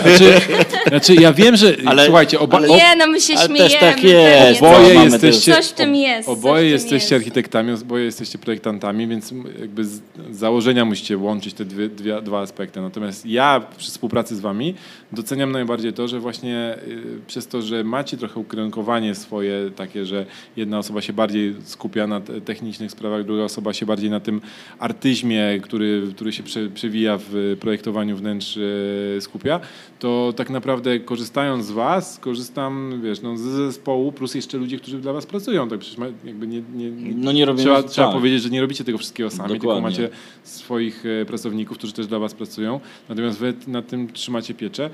Znaczy ja wiem, że... Słuchajcie, nie, no my się śmiejemy. Też tak jest. Oboje jesteście... Coś w tym jest. Oboje jesteście architektami, oboje jesteście projektantami, więc jakby z założenia musicie łączyć te dwa aspekty. Natomiast ja przy współpracy z wami doceniam najbardziej to, że właśnie przez to, że macie trochę ukierunkowanie swoje takie, że jedna osoba się bardziej skupia na technicznych sprawach, druga osoba się bardziej na tym artyzmie, który się przewija w projektowaniu wnętrz skupia, to tak naprawdę korzystając z was, korzystam, wiesz, no, z zespołu plus jeszcze ludzie, którzy dla was pracują. Tak przecież jakby nie robimy, trzeba powiedzieć, że nie robicie tego wszystkiego sami, Dokładnie. tylko macie swoich pracowników, którzy też dla was pracują, natomiast wy nad tym trzymacie pieczę.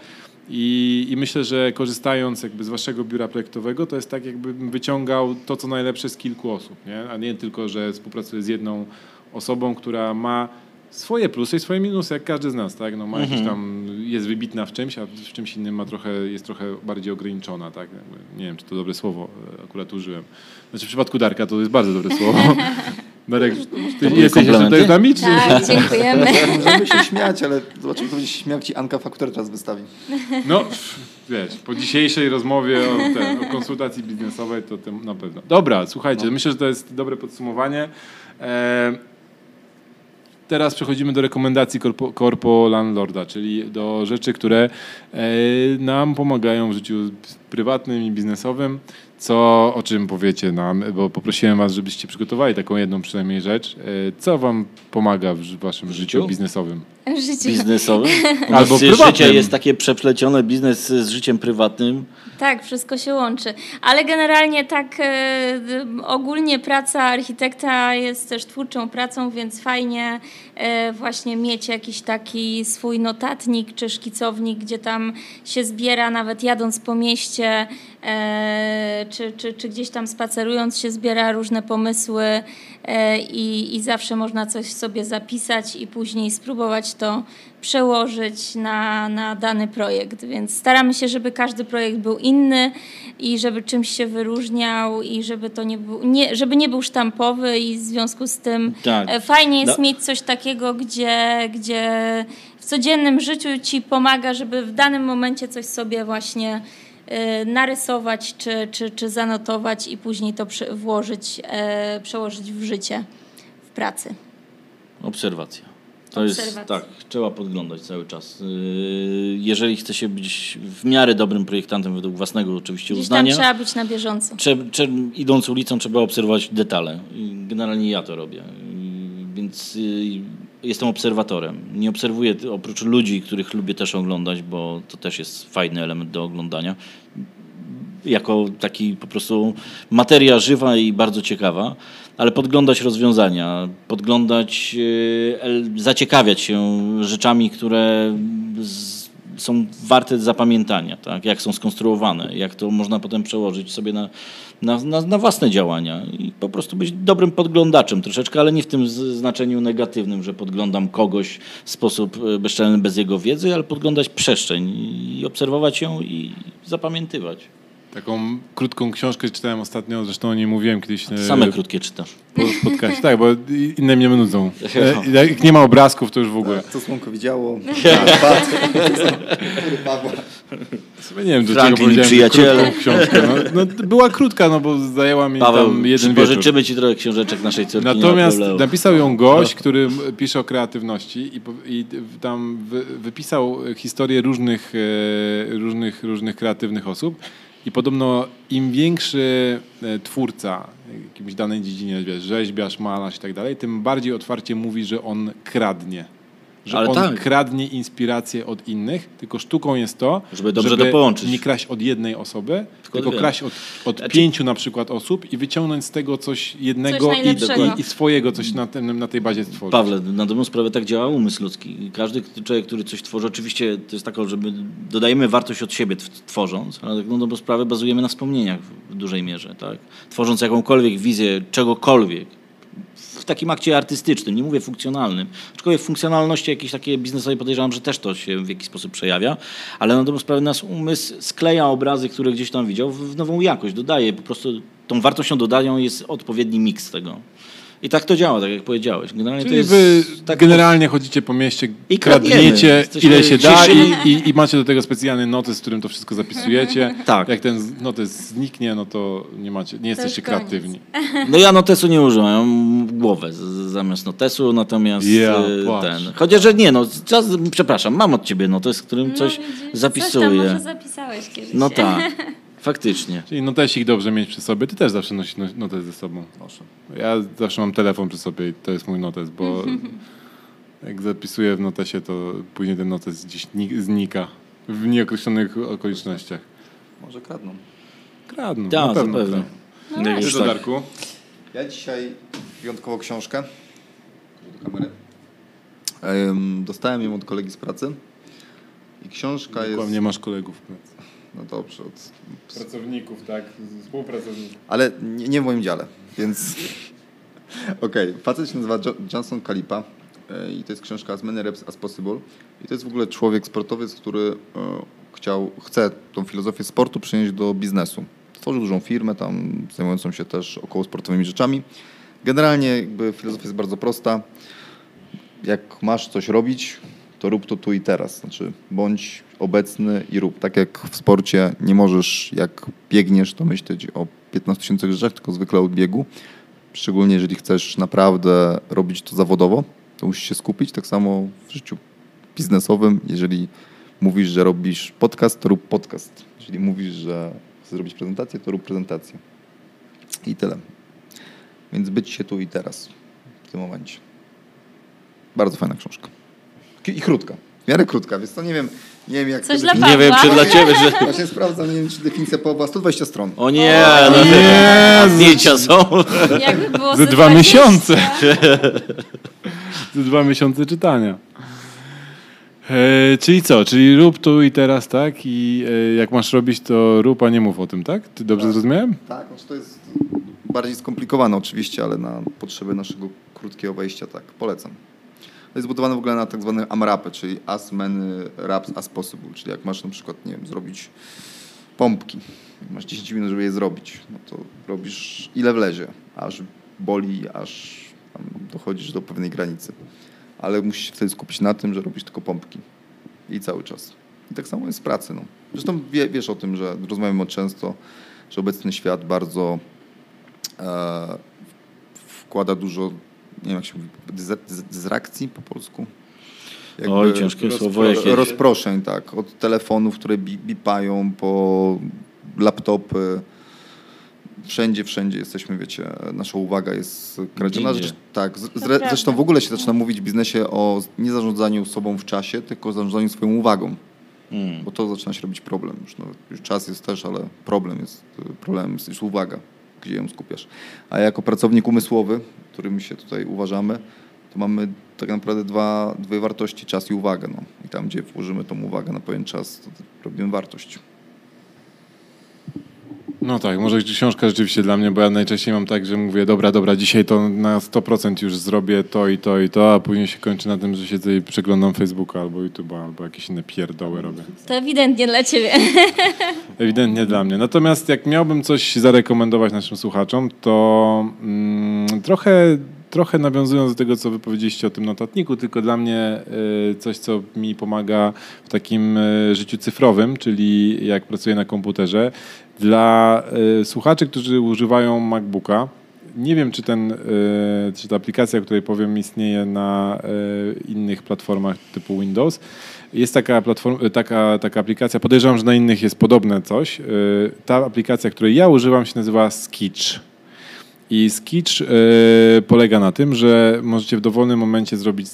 I myślę, że korzystając jakby z waszego biura projektowego, to jest tak, jakbym wyciągał to, co najlepsze z kilku osób, nie? A nie tylko, że współpracuję z jedną osobą, która ma swoje plusy i swoje minusy, jak każdy z nas, tak? No ma jakieś tam, jest wybitna w czymś, a w czymś innym jest trochę bardziej ograniczona, tak? Nie wiem, czy to dobre słowo akurat użyłem. Znaczy w przypadku Darka to jest bardzo dobre słowo. Darek, ty jesteś tutaj z nami? Czy? Tak, dziękujemy. Możemy się śmiać, ale zobaczymy, kto będzie się śmiał, jak ci Anka fakturę teraz wystawi. No, wiesz, po dzisiejszej rozmowie o konsultacji biznesowej to na pewno. Dobra, słuchajcie, myślę, że to jest dobre podsumowanie. Teraz przechodzimy do rekomendacji Corpo Landlorda, czyli do rzeczy, które nam pomagają w życiu prywatnym i biznesowym. O czym powiecie nam, bo poprosiłem was, żebyście przygotowali taką jedną przynajmniej rzecz. Co wam pomaga w waszym życiu biznesowym? Biznesowym? Albo prywatnym. Życie jest takie przeplecione, biznes z życiem prywatnym. Tak, wszystko się łączy. Ale generalnie tak ogólnie praca architekta jest też twórczą pracą, więc fajnie właśnie mieć jakiś taki swój notatnik czy szkicownik, gdzie tam się zbiera, nawet jadąc po mieście czy gdzieś tam spacerując się zbiera różne pomysły i zawsze można coś sobie zapisać i później spróbować to przełożyć na dany projekt. Więc staramy się, żeby każdy projekt był inny i żeby czymś się wyróżniał i żeby to żeby nie był sztampowy i w związku z tym fajnie jest mieć coś takiego, gdzie w codziennym życiu ci pomaga, żeby w danym momencie coś sobie właśnie narysować czy zanotować i później to przełożyć w życie, w pracy. Obserwacja. To jest tak, trzeba podglądać cały czas. Jeżeli chce się być w miarę dobrym projektantem według własnego oczywiście uznania. Gdzieś tam trzeba być na bieżąco. Idąc ulicą trzeba obserwować detale. Generalnie ja to robię. Więc jestem obserwatorem. Nie obserwuję oprócz ludzi, których lubię też oglądać, bo to też jest fajny element do oglądania. Jako taki po prostu materia żywa i bardzo ciekawa. ale podglądać rozwiązania, zaciekawiać się rzeczami, które są warte zapamiętania, tak? Jak są skonstruowane, jak to można potem przełożyć sobie na własne działania i po prostu być dobrym podglądaczem troszeczkę, ale nie w tym znaczeniu negatywnym, że podglądam kogoś w sposób bezczelny bez jego wiedzy, ale podglądać przestrzeń i obserwować ją i zapamiętywać. Taką krótką książkę czytałem ostatnio, zresztą o niej mówiłem kiedyś. Same krótkie czytasz. Po podcaście. Tak, bo inne mnie nudzą. Jak nie ma obrazków, to już w ogóle. Co słonko widziało? Nie wiem, do Franklin, czego powiedziałem przyjaciele. krótką książkę. No, była krótka, no bo zajęła mi Paweł, tam jeden wieczór. pożyczymy ci trochę książeczek naszej córki. Natomiast napisał ją gość, który pisze o kreatywności i tam wypisał historię różnych kreatywnych osób. I podobno im większy twórca w jakimś danej dziedzinie, wiesz, rzeźbiarz, malarz i tak dalej, tym bardziej otwarcie mówi, że on kradnie. Że ale on tak. kradnie inspirację od innych, tylko sztuką jest to, żeby dobrze to połączyć. Nie kraść od jednej osoby, tylko kraść od 5 na przykład osób i wyciągnąć z tego coś jednego i swojego coś na tej bazie stworzyć. Pawle, na dobrą sprawę tak działa umysł ludzki. Każdy człowiek, który coś tworzy, oczywiście to jest tak, że my dodajemy wartość od siebie tworząc, ale tak na dobrą sprawę bazujemy na wspomnieniach w dużej mierze. Tak? Tworząc jakąkolwiek wizję czegokolwiek, w takim akcie artystycznym, nie mówię funkcjonalnym, aczkolwiek w funkcjonalności jakiejś takiej biznesowej podejrzewam, że też to się w jakiś sposób przejawia, ale na dobrą sprawę nasz umysł skleja obrazy, które gdzieś tam widział, w nową jakość, dodaje, po prostu tą wartością dodają jest odpowiedni miks tego. I tak to działa, tak jak powiedziałeś. Generalnie czyli to jest wy tak generalnie chodzicie po mieście, i kradniecie ile się da i macie do tego specjalny notes, w którym to wszystko zapisujecie. Tak. Jak ten notes zniknie, no to nie jesteście kreatywni. No ja notesu nie używam, mam głowę zamiast notesu, natomiast chociaż, że nie, przepraszam, mam od ciebie notes, którym coś zapisuję. Coś tam może zapisałeś kiedyś. No tak. Faktycznie. Czyli notesik dobrze mieć przy sobie. Ty też zawsze nosisz notes ze sobą. Proszę. Ja zawsze mam telefon przy sobie i to jest mój notes, bo jak zapisuję w notesie, to później ten notes gdzieś znika w nieokreślonych okolicznościach. Może kradną. Kradną, Tak, na pewno. zapewne. No Jak już Ty, tak. Darku? Ja dzisiaj wyjątkową książkę do kamery. Dostałem ją od kolegi z pracy. I książka jest... Nie masz kolegów w pracy. No dobrze. Pracowników, tak? Współpracowników. Ale nie w moim dziale, więc... Okej. Facet się nazywa Johnson Kalipa i to jest książka As Many Reps as Possible. I to jest w ogóle człowiek sportowiec, który chce tą filozofię sportu przenieść do biznesu. Stworzył dużą firmę tam zajmującą się też około sportowymi rzeczami. Generalnie jakby filozofia jest bardzo prosta. Jak masz coś robić, to rób to tu i teraz. Znaczy bądź obecny i rób. Tak jak w sporcie nie możesz, jak biegniesz, to myśleć o 15 000 rzeczach, tylko zwykle o biegu. Szczególnie jeżeli chcesz naprawdę robić to zawodowo, to musisz się skupić. Tak samo w życiu biznesowym. Jeżeli mówisz, że robisz podcast, to rób podcast. Jeżeli mówisz, że chcesz zrobić prezentację, to rób prezentację. I tyle. Więc być się tu i teraz w tym momencie. Bardzo fajna książka. I krótka. W miarę krótka, więc to nie wiem jak... Coś dla Nie Pawła. wiem, czy dla ciebie, że... Właśnie sprawdzam, nie wiem, czy definicja Pawła 120 stron. O nie, zdjęcia są. Jakby było Za 2 20. miesiące. Za 2 miesiące czytania. Czyli co? Czyli rób tu i teraz, tak? I jak masz robić, to rób, a nie mów o tym, tak? Ty dobrze zrozumiałem? Tak, znaczy to jest bardziej skomplikowane oczywiście, ale na potrzeby naszego krótkiego wejścia tak, polecam. To jest zbudowane w ogóle na tak zwane AMRAPy, czyli as many reps as possible, czyli jak masz na przykład, nie wiem, zrobić pompki, masz 10 minut, żeby je zrobić, no to robisz ile wlezie, aż boli, aż tam dochodzisz do pewnej granicy. Ale musisz się wtedy skupić na tym, że robisz tylko pompki i cały czas. I tak samo jest w pracy. No. Zresztą wiesz o tym, że rozmawiamy często, że obecny świat bardzo wkłada dużo, nie wiem jak się mówi, dystrakcji po polsku. Jakby Oj, ciężkie słowo jakieś. Rozproszeń, tak. Od telefonów, które bipają, po laptopy. Wszędzie jesteśmy, wiecie, nasza uwaga jest kradziona. Tak, zresztą w ogóle się zaczyna mówić w biznesie o nie zarządzaniu sobą w czasie, tylko o zarządzaniu swoją uwagą. Bo to zaczyna się robić problem. Już czas jest też, ale problemem jest uwaga. gdzie ją skupiasz. A jako pracownik umysłowy, którym się tutaj uważamy, to mamy tak naprawdę dwie wartości, czas i uwagę. No. I tam, gdzie włożymy tą uwagę na pewien czas, to robimy wartość. No tak, może książka rzeczywiście dla mnie, bo ja najczęściej mam tak, że mówię, dobra, dzisiaj to na 100% już zrobię to i to i to, a później się kończy na tym, że siedzę i przeglądam Facebooka albo YouTube'a, albo jakieś inne pierdoły robię. To ewidentnie dla ciebie. Ewidentnie dla mnie. Natomiast jak miałbym coś zarekomendować naszym słuchaczom, to trochę nawiązując do tego, co wy powiedzieliście o tym notatniku, tylko dla mnie coś, co mi pomaga w takim życiu cyfrowym, czyli jak pracuję na komputerze. Dla słuchaczy, którzy używają MacBooka, nie wiem, czy ta aplikacja, o której powiem, istnieje na innych platformach typu Windows. Jest taka aplikacja, podejrzewam, że na innych jest podobne coś. Ta aplikacja, której ja używam, się nazywa Sketch. I Sketch polega na tym, że możecie w dowolnym momencie zrobić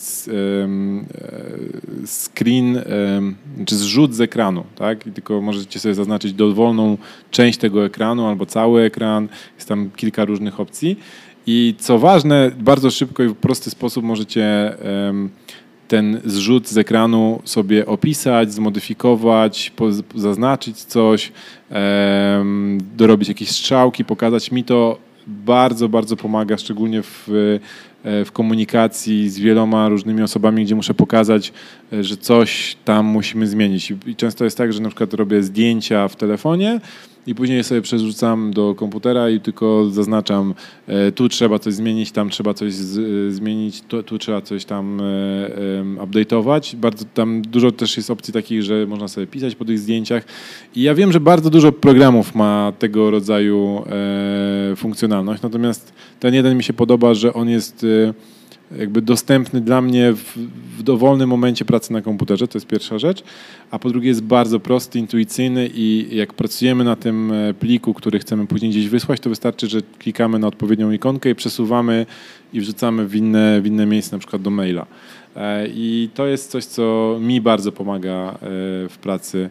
screen, czy zrzut z ekranu, tak? I tylko możecie sobie zaznaczyć dowolną część tego ekranu albo cały ekran. Jest tam kilka różnych opcji. I co ważne, bardzo szybko i w prosty sposób możecie ten zrzut z ekranu sobie opisać, zmodyfikować, zaznaczyć coś, dorobić jakieś strzałki, pokazać. Mi to bardzo, bardzo pomaga, szczególnie w komunikacji z wieloma różnymi osobami, gdzie muszę pokazać, że coś tam musimy zmienić. I często jest tak, że na przykład robię zdjęcia w telefonie i później sobie przerzucam do komputera i tylko zaznaczam, tu trzeba coś zmienić, tam trzeba coś zmienić, tu trzeba coś tam update'ować. Bardzo tam dużo też jest opcji takich, że można sobie pisać po tych zdjęciach. I ja wiem, że bardzo dużo programów ma tego rodzaju funkcjonalność, natomiast ten jeden mi się podoba, że on jest jakby dostępny dla mnie w dowolnym momencie pracy na komputerze, to jest pierwsza rzecz, a po drugie jest bardzo prosty, intuicyjny i jak pracujemy na tym pliku, który chcemy później gdzieś wysłać, to wystarczy, że klikamy na odpowiednią ikonkę i przesuwamy i wrzucamy w inne miejsce, na przykład do maila. I to jest coś, co mi bardzo pomaga w pracy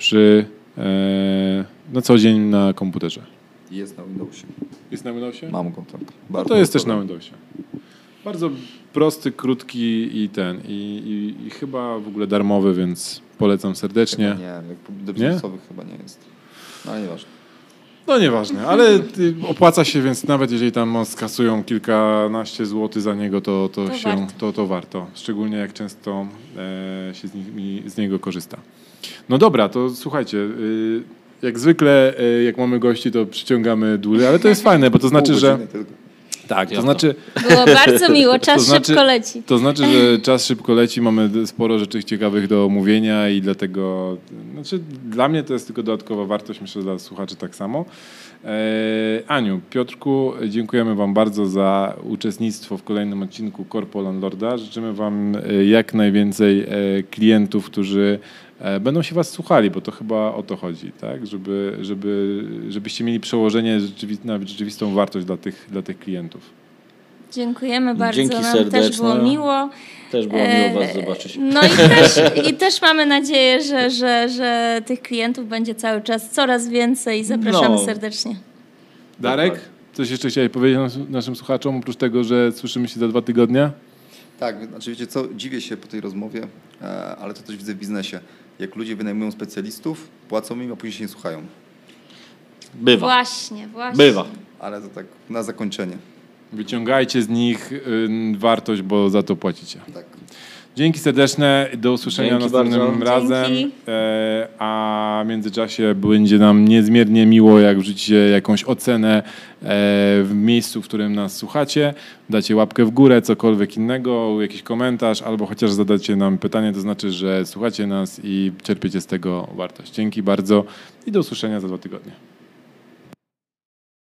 na co dzień na komputerze. Jest na Windowsie. Jest na Windowsie? Mam go, tak. No to jest też na Windowsie. Bardzo prosty, krótki i chyba w ogóle darmowy, więc polecam serdecznie. Chyba nie, jak do biznesowych chyba nie jest. No ale nieważne. No nieważne, ale opłaca się, więc nawet jeżeli tam skasują kilkanaście złotych za niego, to warto. Szczególnie jak często się z niego korzysta. No dobra, to słuchajcie, jak zwykle jak mamy gości, to przyciągamy dłużej, ale to jest fajne, bo to znaczy, że... Tak, to znaczy... Było bardzo miło, czas szybko leci. To znaczy, że czas szybko leci, mamy sporo rzeczy ciekawych do omówienia i dlatego, dla mnie to jest tylko dodatkowa wartość, myślę, że dla słuchaczy tak samo. Aniu, Piotrku, dziękujemy wam bardzo za uczestnictwo w kolejnym odcinku Korpo Landlorda. Życzymy wam jak najwięcej klientów, którzy będą się was słuchali, bo to chyba o to chodzi, tak? Żebyście mieli przełożenie na rzeczywistą wartość dla tych klientów. Dziękujemy bardzo. Dzięki nam serdeczne. też było miło. Też było miło was zobaczyć. No i też mamy nadzieję, że tych klientów będzie cały czas coraz więcej. Zapraszamy serdecznie. Darek, coś jeszcze chciałeś powiedzieć naszym słuchaczom, oprócz tego, że słyszymy się za 2 tygodnie? Tak, znaczy wiecie co, dziwię się po tej rozmowie, ale to też widzę w biznesie. Jak ludzie wynajmują specjalistów, płacą im, a później się nie słuchają. Bywa. Właśnie. Bywa. Ale to tak na zakończenie. Wyciągajcie z nich wartość, bo za to płacicie. Tak. Dzięki serdeczne, do usłyszenia następnym razem. Dzięki. A w międzyczasie będzie nam niezmiernie miło, jak wrzucicie jakąś ocenę w miejscu, w którym nas słuchacie. Dacie łapkę w górę, cokolwiek innego, jakiś komentarz, albo chociaż zadacie nam pytanie, to znaczy, że słuchacie nas i czerpiecie z tego wartość. Dzięki bardzo i do usłyszenia za 2 tygodnie.